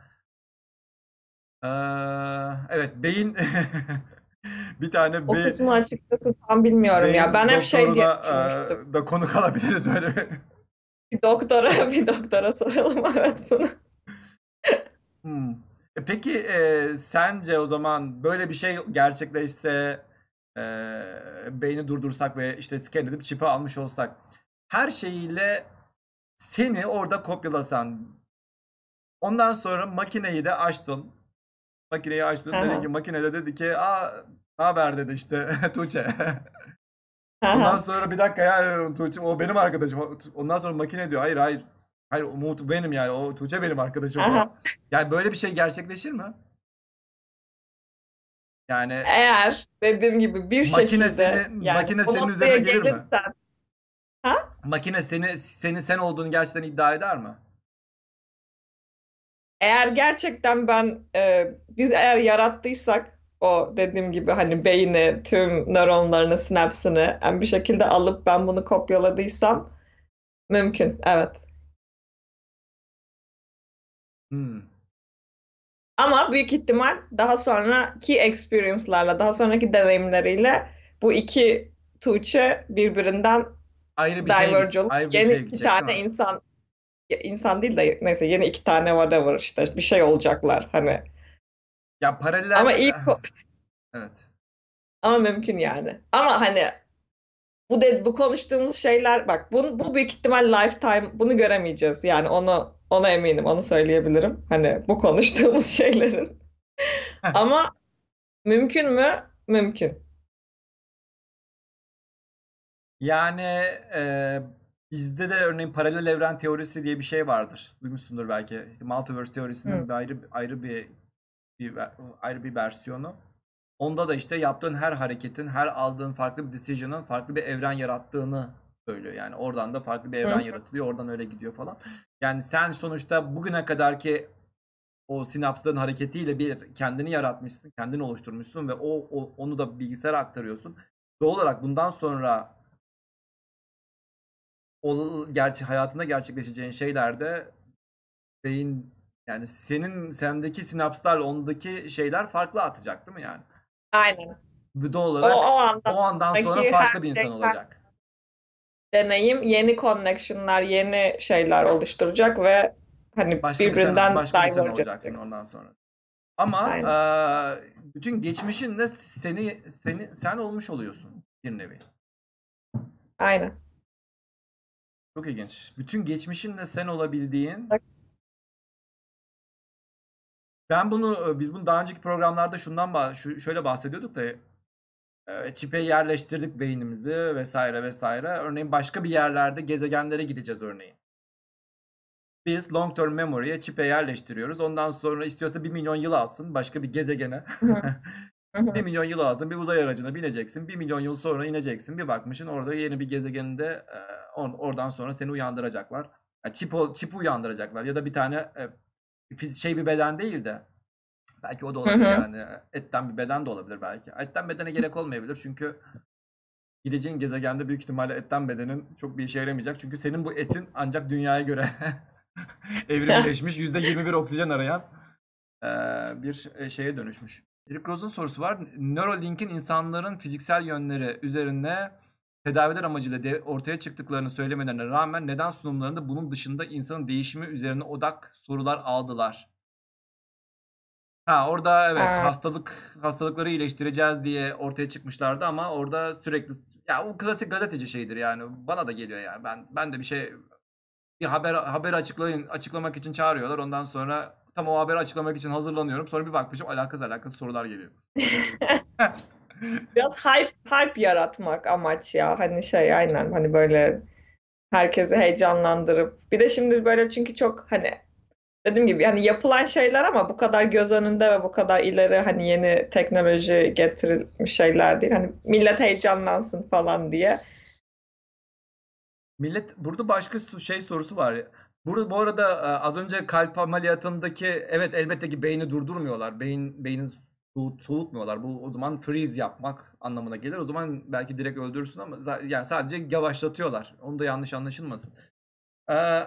evet, beyin bir tane o kısmı açıkçası tam bilmiyorum ya. Ben beyin hep diye doktoruna düşünmüştüm. da konuk alabiliriz öyle bir. Bir doktora soralım evet bunu. Hımm. Peki, sence o zaman böyle bir şey gerçekleşse, beyni durdursak ve, işte, scan edip çip'i almış olsak, her şeyiyle seni orada kopyalasan, ondan sonra makineyi de açtın. Makineyi açtın, dedin ki makine de dedi ki, naber?" dedi, işte, "Tuğçe." Ondan sonra, "Bir dakika ya, Tuğçe o benim arkadaşım." Ondan sonra makine diyor, "Hayır, hayır. Hayır, Umut benim yani. O Tuğçe benim arkadaşım." falan. Yani böyle bir şey gerçekleşir mi? Yani Eğer dediğim gibi bir makine şekilde, seni yani makine o senin noktaya üzerine gelir mi? gelirsen, ha? Makine senin sen olduğunu gerçekten iddia eder mi? Eğer gerçekten biz eğer yarattıysak, o dediğim gibi hani beyni, tüm nöronlarını, sinapsını bir şekilde alıp ben bunu kopyaladıysam mümkün, evet. Hımm. Ama büyük ihtimal daha sonraki experience'larla, daha sonraki deneyimleriyle bu iki Tuğçe birbirinden diverge olup Ayrı bir yeni şeye iki gidecek, değil tane mi? insan değil de neyse, yeni iki tane whatever, işte bir şey olacaklar hani. Ya Ama paralel evet. ama mümkün yani. Ama hani bu konuştuğumuz şeyler, bak, bu büyük ihtimal lifetime bunu göremeyeceğiz. Yani ona eminim, onu söyleyebilirim. Hani bu konuştuğumuz şeylerin. Ama mümkün mü? Mümkün. Yani, bizde de örneğin paralel evren teorisi diye bir şey vardır. Duymuşsundur belki. İşte multiverse Hı. teorisinin ayrı bir versiyonu. Onda da işte yaptığın her hareketin, her aldığın farklı bir decision'ın farklı bir evren yarattığını söylüyor. Yani oradan da farklı bir evren Hı. yaratılıyor, oradan öyle gidiyor falan. Yani sen sonuçta bugüne kadarki o sinapsların hareketiyle bir kendini yaratmışsın, kendini oluşturmuşsun ve onu da bilgisayara aktarıyorsun. Doğal olarak bundan sonra hayatında gerçekleşeceğin şeylerde beyin, yani sendeki sinapslarla ondaki şeyler farklı atacak, değil mi yani? Aynen. Doğal O, olarak o o andan sonra andaki her farklı bir insan şey, her olacak. deneyim yeni connection'lar, yeni şeyler oluşturacak ve hani birbirinden Başka bir sen diverge olacaksın edeceksin. ondan sonra. Ama Aynen. bütün geçmişinle sen olmuş oluyorsun bir nevi. Aynen. Çok ilginç. Bütün geçmişinle sen olabildiğin. Biz bunu daha önceki programlarda şöyle bahsediyorduk da çipe yerleştirdik beynimizi vesaire vesaire. Örneğin başka bir yerlerde gezegenlere gideceğiz örneğin. Biz long term memory'ye çipe yerleştiriyoruz. Ondan sonra istiyorsa 1 milyon yıl alsın başka bir gezegene. Hı hı. Hı 1 hı. milyon yıl alsın, bir uzay aracına bineceksin. 1 milyon yıl sonra ineceksin. Bir bakmışsın orada yeni bir gezegeninde oradan sonra seni uyandıracaklar. Yani çipi uyandıracaklar ya da bir tane bir beden değil de belki o da Hı olabilir hı. yani. Etten bir beden de olabilir belki. Etten bedene gerek olmayabilir çünkü gideceğin gezegende büyük ihtimalle etten bedenin çok bir işe yaramayacak. Çünkü senin bu etin ancak dünyaya göre evrimleşmiş, %21 oksijen arayan bir şeye dönüşmüş. Eric Rose'un sorusu var. Neuralink'in insanların fiziksel yönleri üzerine tedaviler amacıyla ortaya çıktıklarını söylemelerine rağmen neden sunumlarında bunun dışında insanın değişimi üzerine odak sorular aldılar? Orada evet, Aa, hastalıkları iyileştireceğiz diye ortaya çıkmışlardı ama orada sürekli ya o klasik gazeteci şeyidir yani. Bana da geliyor yani. Ben de bir haber açıklamak için çağırıyorlar. Ondan sonra tam o haberi açıklamak için hazırlanıyorum. Sonra bir bakmışım alakasız sorular geliyor. Biraz hype yaratmak amaç ya. Hani şey aynen hani böyle herkesi heyecanlandırıp bir de şimdi böyle çünkü çok hani dediğim gibi yani yapılan şeyler ama bu kadar göz önünde ve bu kadar ileri hani yeni teknoloji getirilmiş şeyler değil. Hani millet heyecanlansın falan diye. Millet burada başka sorusu var ya. Burada bu arada az önce kalp ameliyatındaki evet elbette ki beyni durdurmuyorlar. Beynin soğutmuyorlar. Bu o zaman freeze yapmak anlamına gelir. O zaman belki direkt öldürürsün ama yani sadece yavaşlatıyorlar. Onu da yanlış anlaşılmasın. Ee,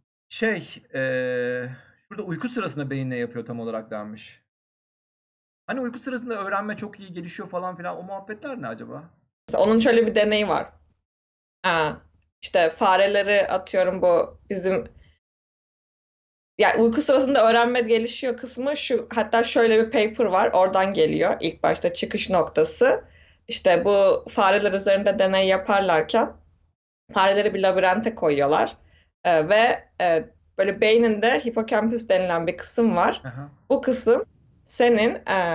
şurada uyku sırasında beyin ne yapıyor tam olarak denmiş. Hani uyku sırasında öğrenme çok iyi gelişiyor falan filan. O muhabbetler ne acaba? Mesela onun şöyle bir deneyi var. İşte fareleri atıyorum bu bizim yani uyku sırasında öğrenme gelişiyor kısmı şu hatta şöyle bir paper var oradan geliyor ilk başta çıkış noktası. İşte bu fareler üzerinde deney yaparlarken fareleri bir labirente koyuyorlar. Böyle beyninde hipokampüs denilen bir kısım var. Aha. Bu kısım senin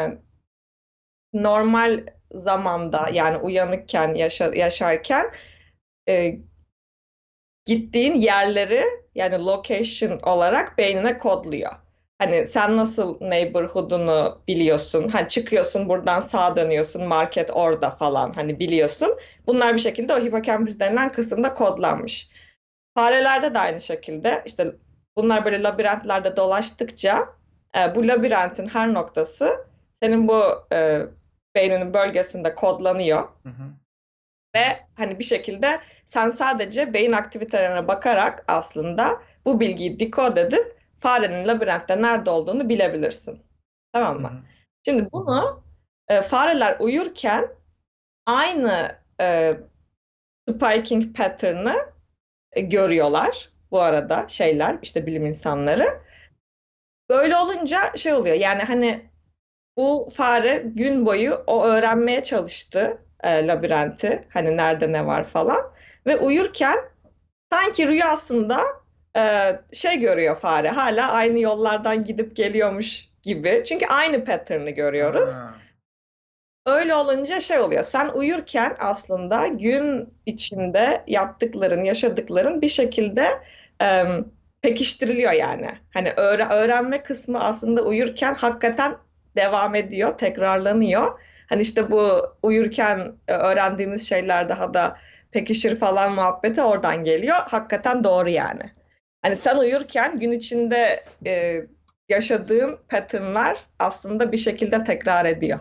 normal zamanda yani uyanıkken yaşarken e, gittiğin yerleri yani location olarak beynine kodluyor. Hani sen nasıl neighborhood'unu biliyorsun. Hani çıkıyorsun buradan sağa dönüyorsun market orada falan hani biliyorsun. Bunlar bir şekilde o hipokampüs denilen kısımda kodlanmış. Farelerde de aynı şekilde işte bunlar böyle labirentlerde dolaştıkça bu labirentin her noktası senin bu beyninin bölgesinde kodlanıyor. Hı hı. Ve hani bir şekilde sen sadece beyin aktivitelerine bakarak aslında bu bilgiyi dekod edip farenin labirentte nerede olduğunu bilebilirsin. Tamam Hı mı? hı. Şimdi bunu fareler uyurken aynı spiking pattern'ı görüyorlar bu arada şeyler işte bilim insanları. Böyle olunca şey oluyor yani hani bu fare gün boyu o öğrenmeye çalıştı labirenti hani nerede ne var falan ve uyurken sanki rüyasında şey görüyor fare hala aynı yollardan gidip geliyormuş gibi çünkü aynı pattern'ı görüyoruz. Ha. Öyle olunca şey oluyor. Sen uyurken aslında gün içinde yaptıkların, yaşadıkların bir şekilde pekiştiriliyor yani. Hani öğrenme kısmı aslında uyurken hakikaten devam ediyor, tekrarlanıyor. Hani işte bu uyurken öğrendiğimiz şeyler daha da pekişir falan muhabbeti oradan geliyor. Hakikaten doğru yani. Hani sen uyurken gün içinde yaşadığın patternlar aslında bir şekilde tekrar ediyor.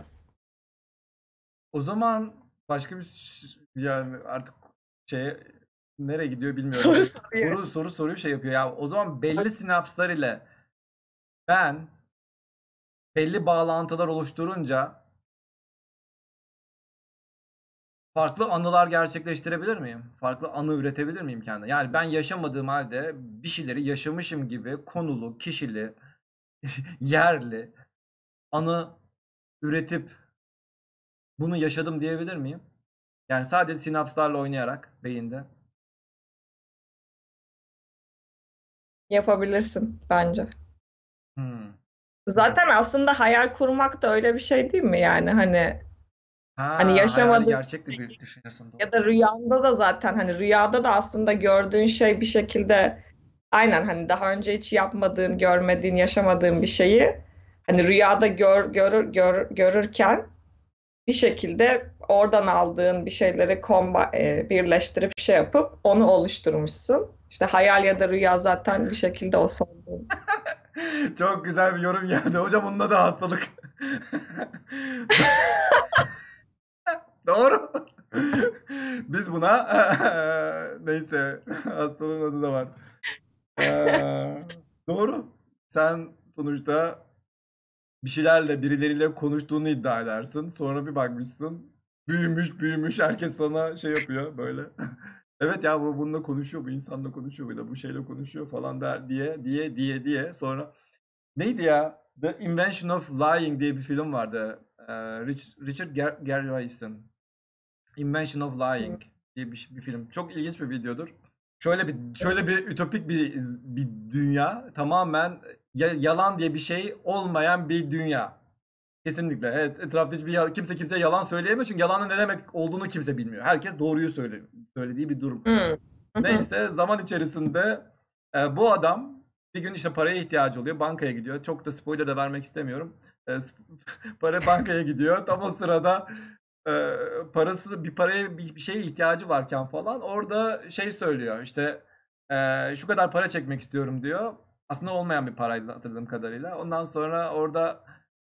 O zaman başka yani artık şey nereye gidiyor bilmiyorum. Soru soruyor. Soruyu şey yapıyor ya. O zaman belli sinapslar ile ben belli bağlantılar oluşturunca farklı anılar gerçekleştirebilir miyim? Farklı anı üretebilir miyim kendime? Yani ben yaşamadığım halde bir şeyleri yaşamışım gibi konulu, kişili, yerli anı üretip bunu yaşadım diyebilir miyim? Yani sadece sinapslarla oynayarak beyinde. Yapabilirsin bence. Hmm. Zaten aslında hayal kurmak da öyle bir şey değil mi? Yani hani Ha, hayali yaşamadığın gerçek de bir düşünüyorsun ya doğru. da rüyanda da zaten hani rüyada da aslında gördüğün şey bir şekilde aynen hani daha önce hiç yapmadığın, görmediğin, yaşamadığın bir şeyi hani rüyada görürken bir şekilde oradan aldığın bir şeyleri birleştirip şey yapıp onu oluşturmuşsun. İşte hayal ya da rüya zaten bir şekilde o son. Çok güzel bir yorum geldi. Hocam onun adı hastalık. Doğru. Biz buna neyse hastalığın adı da var. Doğru. Sen sonuçta bir şeylerle birileriyle konuştuğunu iddia edersin. Sonra bir bakmışsın büyümüş herkes sana şey yapıyor böyle. Evet ya bu bununla konuşuyor, bu insanla konuşuyor, bu şeyle konuşuyor falan der diye. Sonra neydi ya? The Invention of Lying diye bir film vardı. Richard Gervais'in. Invention of Lying diye bir film. Çok ilginç bir videodur. Şöyle bir ütopik bir dünya. Tamamen yalan diye bir şey olmayan bir dünya. Kesinlikle. Evet, etrafta kimse kimseye yalan söyleyemiyor çünkü yalanın ne demek olduğunu kimse bilmiyor. Herkes doğruyu söylediği bir durum. Neyse zaman içerisinde bu adam bir gün işte paraya ihtiyacı oluyor. Bankaya gidiyor. Çok da spoiler da vermek istemiyorum. Para bankaya gidiyor. Tam o sırada paraya bir şeye ihtiyacı varken falan orada şey söylüyor. İşte şu kadar para çekmek istiyorum diyor. Aslında olmayan bir paraydı hatırladığım kadarıyla. Ondan sonra orada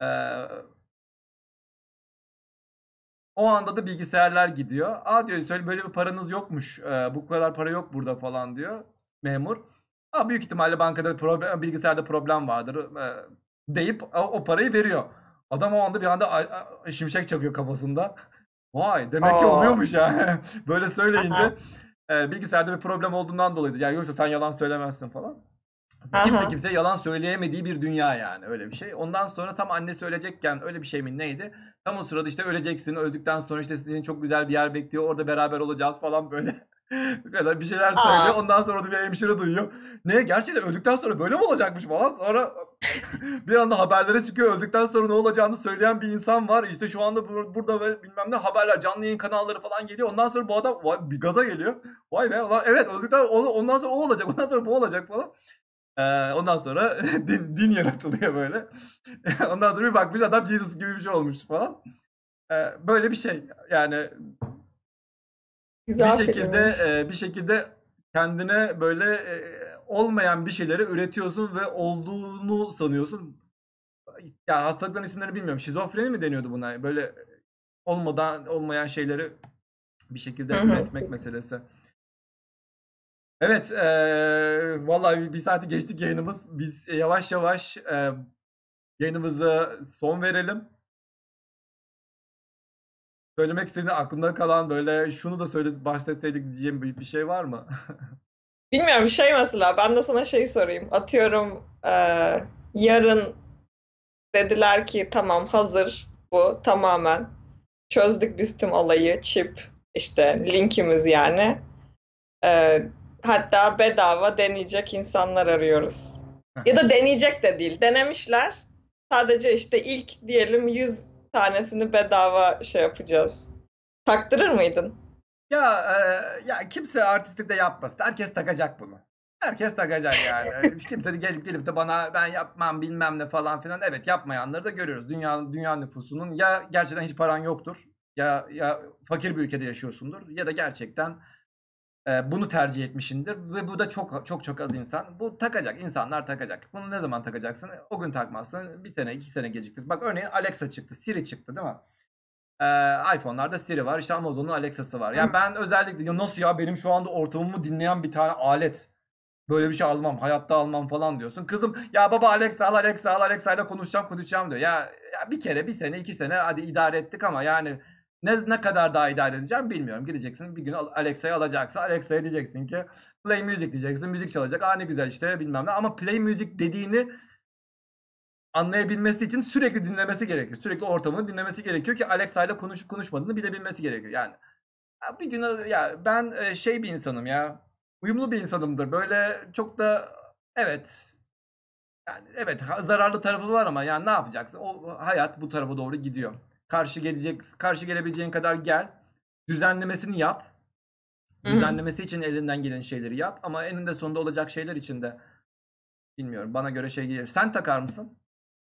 o anda da bilgisayarlar gidiyor. Aa diyor söyle böyle bir paranız yokmuş. Bu kadar para yok burada falan diyor memur. Aa büyük ihtimalle bankada bilgisayarda problem vardır deyip o parayı veriyor. Adam o anda bir anda şimşek çakıyor kafasında. Vay demek ki oluyormuş yani. Böyle söyleyince bilgisayarda bir problem olduğundan dolayıydı. Yani yoksa sen yalan söylemezsin falan. Kimse kimseye yalan söyleyemediği bir dünya yani öyle bir şey. Ondan sonra tam annesi ölecekken öyle bir şey mi neydi? Tam o sırada işte öleceksin. Öldükten sonra işte senin çok güzel bir yer bekliyor. Orada beraber olacağız falan böyle. Bu kadar bir şeyler söylüyor. Ondan sonra orada bir hemşire duyuyor. Ne gerçekten öldükten sonra böyle mi olacakmış falan. Sonra bir anda haberlere çıkıyor. Öldükten sonra ne olacağını söyleyen bir insan var. İşte şu anda burada böyle bilmem ne haberler, canlı yayın kanalları falan geliyor. Ondan sonra bu adam bir gaza geliyor. Vay be evet öldükten ondan sonra o olacak. Ondan sonra bu olacak falan. Ondan sonra din yaratılıyor böyle. Ondan sonra bir bakmış adam Jesus gibi bir şey olmuş falan. Böyle bir şey yani Güzel bir şekilde kendine böyle olmayan bir şeyleri üretiyorsun ve olduğunu sanıyorsun. Ya hastalıkların isimlerini bilmiyorum. Şizofreni mi deniyordu buna? Böyle olmayan şeyleri bir şekilde üretmek meselesi. Evet, vallahi bir saati geçtik yayınımız. Biz yavaş yavaş yayınımıza son verelim. Söylemek istediğin aklında kalan böyle şunu da bahsetseydik diyeceğim bir şey var mı? Bilmiyorum mesela ben de sana şey sorayım. Atıyorum yarın dediler ki tamam hazır bu tamamen. Çözdük biz tüm olayı. Çip işte linkimiz yani. Hatta bedava deneyecek insanlar arıyoruz. Ya da deneyecek de değil. Denemişler. Sadece işte ilk diyelim 100 tanesini bedava şey yapacağız. Taktırır mıydın? Ya kimse artistlik de yapmasın. Herkes takacak bunu. Herkes takacak yani. Kimse de gelip de bana ben yapmam bilmem ne falan filan. Evet yapmayanları da görüyoruz. Dünya nüfusunun ya gerçekten hiç paran yoktur. Ya fakir bir ülkede yaşıyorsundur. Ya da gerçekten bunu tercih etmişindir. Ve bu da çok az insan. Bu takacak. İnsanlar takacak. Bunu ne zaman takacaksın? O gün takmazsın. 1 sene 2 sene geciktir. Bak örneğin Alexa çıktı. Siri çıktı değil mi? iPhone'larda Siri var. İşte Amazon'un Alexa'sı var. Ya ben özellikle ya nasıl ya benim şu anda ortamımı dinleyen bir tane alet. Böyle bir şey almam. Hayatta almam falan diyorsun. Kızım ya baba Alexa al Alexa ile konuşacağım diyor. Ya bir kere 1 sene 2 sene hadi idare ettik ama yani ne kadar daha idare edeceğim bilmiyorum. Gideceksin bir gün Alexa'yı alacaksın. Alexa'ya diyeceksin ki play music diyeceksin. Müzik çalacak. Ne güzel işte bilmem ne. Ama play music dediğini anlayabilmesi için sürekli dinlemesi gerekiyor. Sürekli ortamını dinlemesi gerekiyor ki Alexa ile konuşup konuşmadığını bilebilmesi gerekiyor. Yani bir gün ya ben şey bir insanım ya. Uyumlu bir insanımdır. Böyle çok da evet yani evet zararlı tarafı var ama yani ne yapacaksın? O hayat bu tarafa doğru gidiyor. Karşı gelebileceğin kadar gel. Düzenlemesini yap. Düzenlemesi için elinden gelen şeyleri yap ama eninde sonunda olacak şeyler için de bilmiyorum bana göre şey gelir. Sen takar mısın?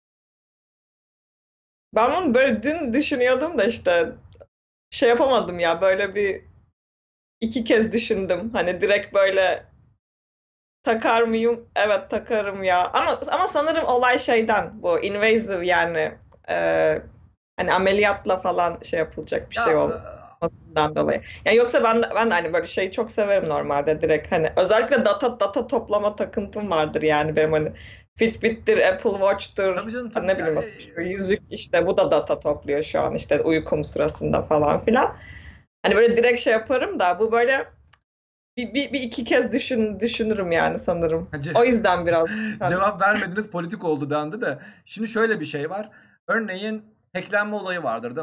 Ben bunu böyle dün düşünüyordum da işte şey yapamadım ya böyle 2 kez düşündüm. Hani direkt böyle takar mıyım? Evet takarım ya. Ama sanırım olay şeyden bu invasive yani hani ameliyatla falan şey yapılacak bir şey olmasından dolayı. Yani yoksa ben de hani böyle şeyi çok severim normalde direkt hani özellikle data toplama takıntım vardır yani benim hani Fitbit'tir, Apple Watch'tur. Tabii canım Ne bileyim mesela şu yüzük işte bu da data topluyor şu an işte uykum sırasında falan filan. Hani böyle direkt şey yaparım da bu böyle bir iki kez düşünürüm yani sanırım. O yüzden biraz. Cevap vermediniz politik oldu dendi de. Şimdi şöyle bir şey var. Örneğin hacklenme olayı vardır değil mi?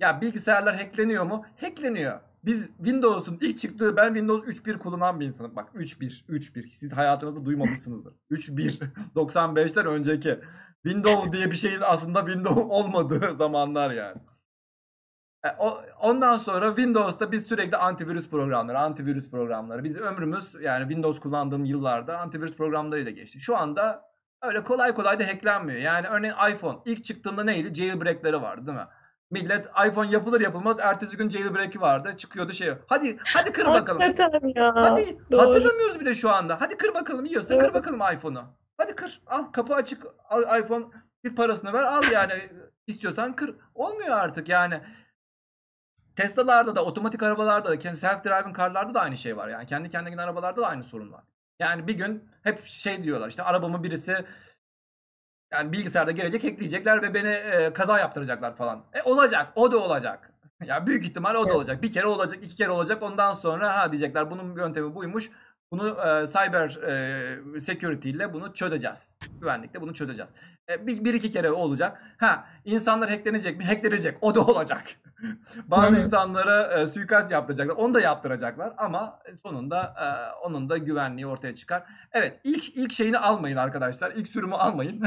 Ya bilgisayarlar hackleniyor mu? Hackleniyor. Biz Windows'un ilk çıktığı, ben Windows 3.1 kullanan bir insanım. Bak 3.1. Siz hayatınızda duymamışsınızdır. 3.1. 95'ten önceki. Windows diye bir şeyin aslında Windows olmadığı zamanlar yani. Ondan sonra Windows'ta biz sürekli antivirüs programları. Biz ömrümüz yani Windows kullandığım yıllarda antivirüs programlarıyla geçti. Şu anda öyle kolay kolay da hacklenmiyor. Yani örneğin iPhone ilk çıktığında neydi? Jailbreak'leri vardı değil mi? Millet iPhone yapılır yapılmaz ertesi gün jailbreak'i vardı. Çıkıyordu şey. Hadi kır bakalım. Hakikaten ya. Hadi Doğru. hatırlamıyoruz bile şu anda. Hadi kır bakalım, yiyorsa kır Evet. bakalım iPhone'u. Hadi kır. Al, kapı açık. Al iPhone, bir parasını ver al yani. İstiyorsan kır. Olmuyor artık yani. Tesla'larda da, otomatik arabalarda da, self-driving car'larda da aynı şey var. Yani kendi kendine giden arabalarda da aynı sorun var. Yani bir gün hep şey diyorlar, işte arabamı birisi yani bilgisayarda gelecek, hackleyecekler ve beni kaza yaptıracaklar falan. Olacak, o da olacak. Ya büyük ihtimal o da Evet. olacak. Bir kere olacak, iki kere olacak. Ondan sonra ha diyecekler bunun yöntemi buymuş. Bunu cyber security ile bunu çözeceğiz. Güvenlikle bunu çözeceğiz. Bir iki kere olacak. Ha, insanlar hacklenecek mi? Hacklenecek. O da olacak. Bazı insanlara suikast yaptıracaklar. Onu da yaptıracaklar ama sonunda onun da güvenliği ortaya çıkar. Evet, ilk şeyini almayın arkadaşlar. İlk sürümü almayın.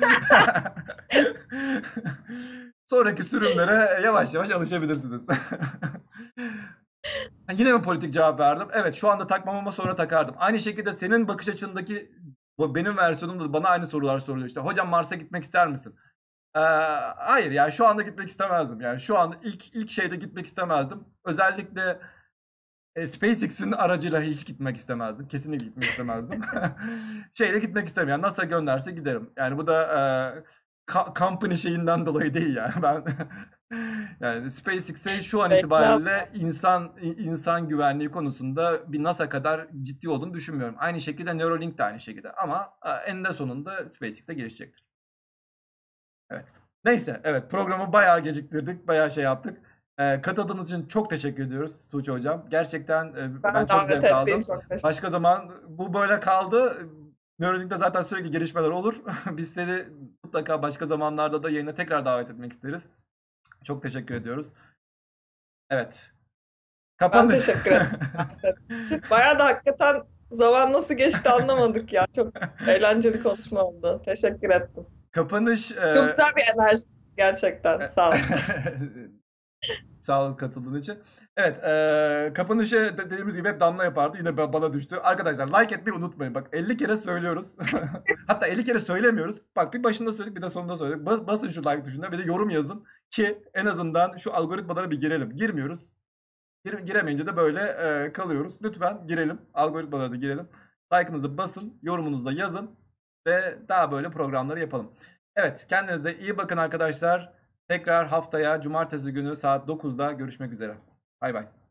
Sonraki sürümlere yavaş yavaş alışabilirsiniz. Yine mi politik cevap verdim? Evet, şu anda takmam ama sonra takardım. Aynı şekilde senin bakış açındaki benim versiyonumda bana aynı sorular soruluyor. İşte hocam Mars'a gitmek ister misin? Hayır ya, şu anda gitmek istemezdim. Yani şu anda ilk şeyde gitmek istemezdim. Özellikle SpaceX'in aracıyla hiç gitmek istemezdim. Kesinlikle gitmek istemezdim. Şeyle gitmek istemiyorum. Yani NASA gönderse giderim. Yani bu da company şeyinden dolayı değil yani. Ben yani SpaceX'e şu an itibariyle insan güvenliği konusunda bir NASA kadar ciddi olduğunu düşünmüyorum. Aynı şekilde Neuralink de aynı şekilde. Ama eninde sonunda SpaceX'te gelişecektir. Evet. Neyse, evet, programı bayağı geciktirdik, bayağı şey yaptık. Katıldığınız için çok teşekkür ediyoruz Tuğçe hocam. Gerçekten ben çok zevk aldım. Başka zaman bu böyle kaldı. Neuralink'te zaten sürekli gelişmeler olur. Biz seni mutlaka başka zamanlarda da yayına tekrar davet etmek isteriz. Çok teşekkür ediyoruz. Evet. Ben teşekkür ederim. Bayağı da hakikaten zaman nasıl geçti anlamadık ya. Çok eğlenceli konuşma oldu. Teşekkür ettim. Kapanış... Çok güzel bir enerji gerçekten. Sağ ol. Sağ ol katıldığın için. Evet, kapanışı dediğimiz gibi hep Damla yapardı. Yine bana düştü. Arkadaşlar like etmeyi unutmayın. Bak 50 kere söylüyoruz. Hatta 50 kere söylemiyoruz. Bak bir başında söyledik, bir de sonunda söyledik. Basın şu like tuşuna, bir de yorum yazın ki en azından şu algoritmalara bir girelim. Girmiyoruz. Giremeyince de böyle kalıyoruz. Lütfen girelim. Algoritmalara da girelim. Like'ınızı basın, yorumunuzu da yazın ve daha böyle programları yapalım. Evet, kendinize iyi bakın arkadaşlar. Tekrar haftaya cumartesi günü saat 9'da görüşmek üzere. Bay bay.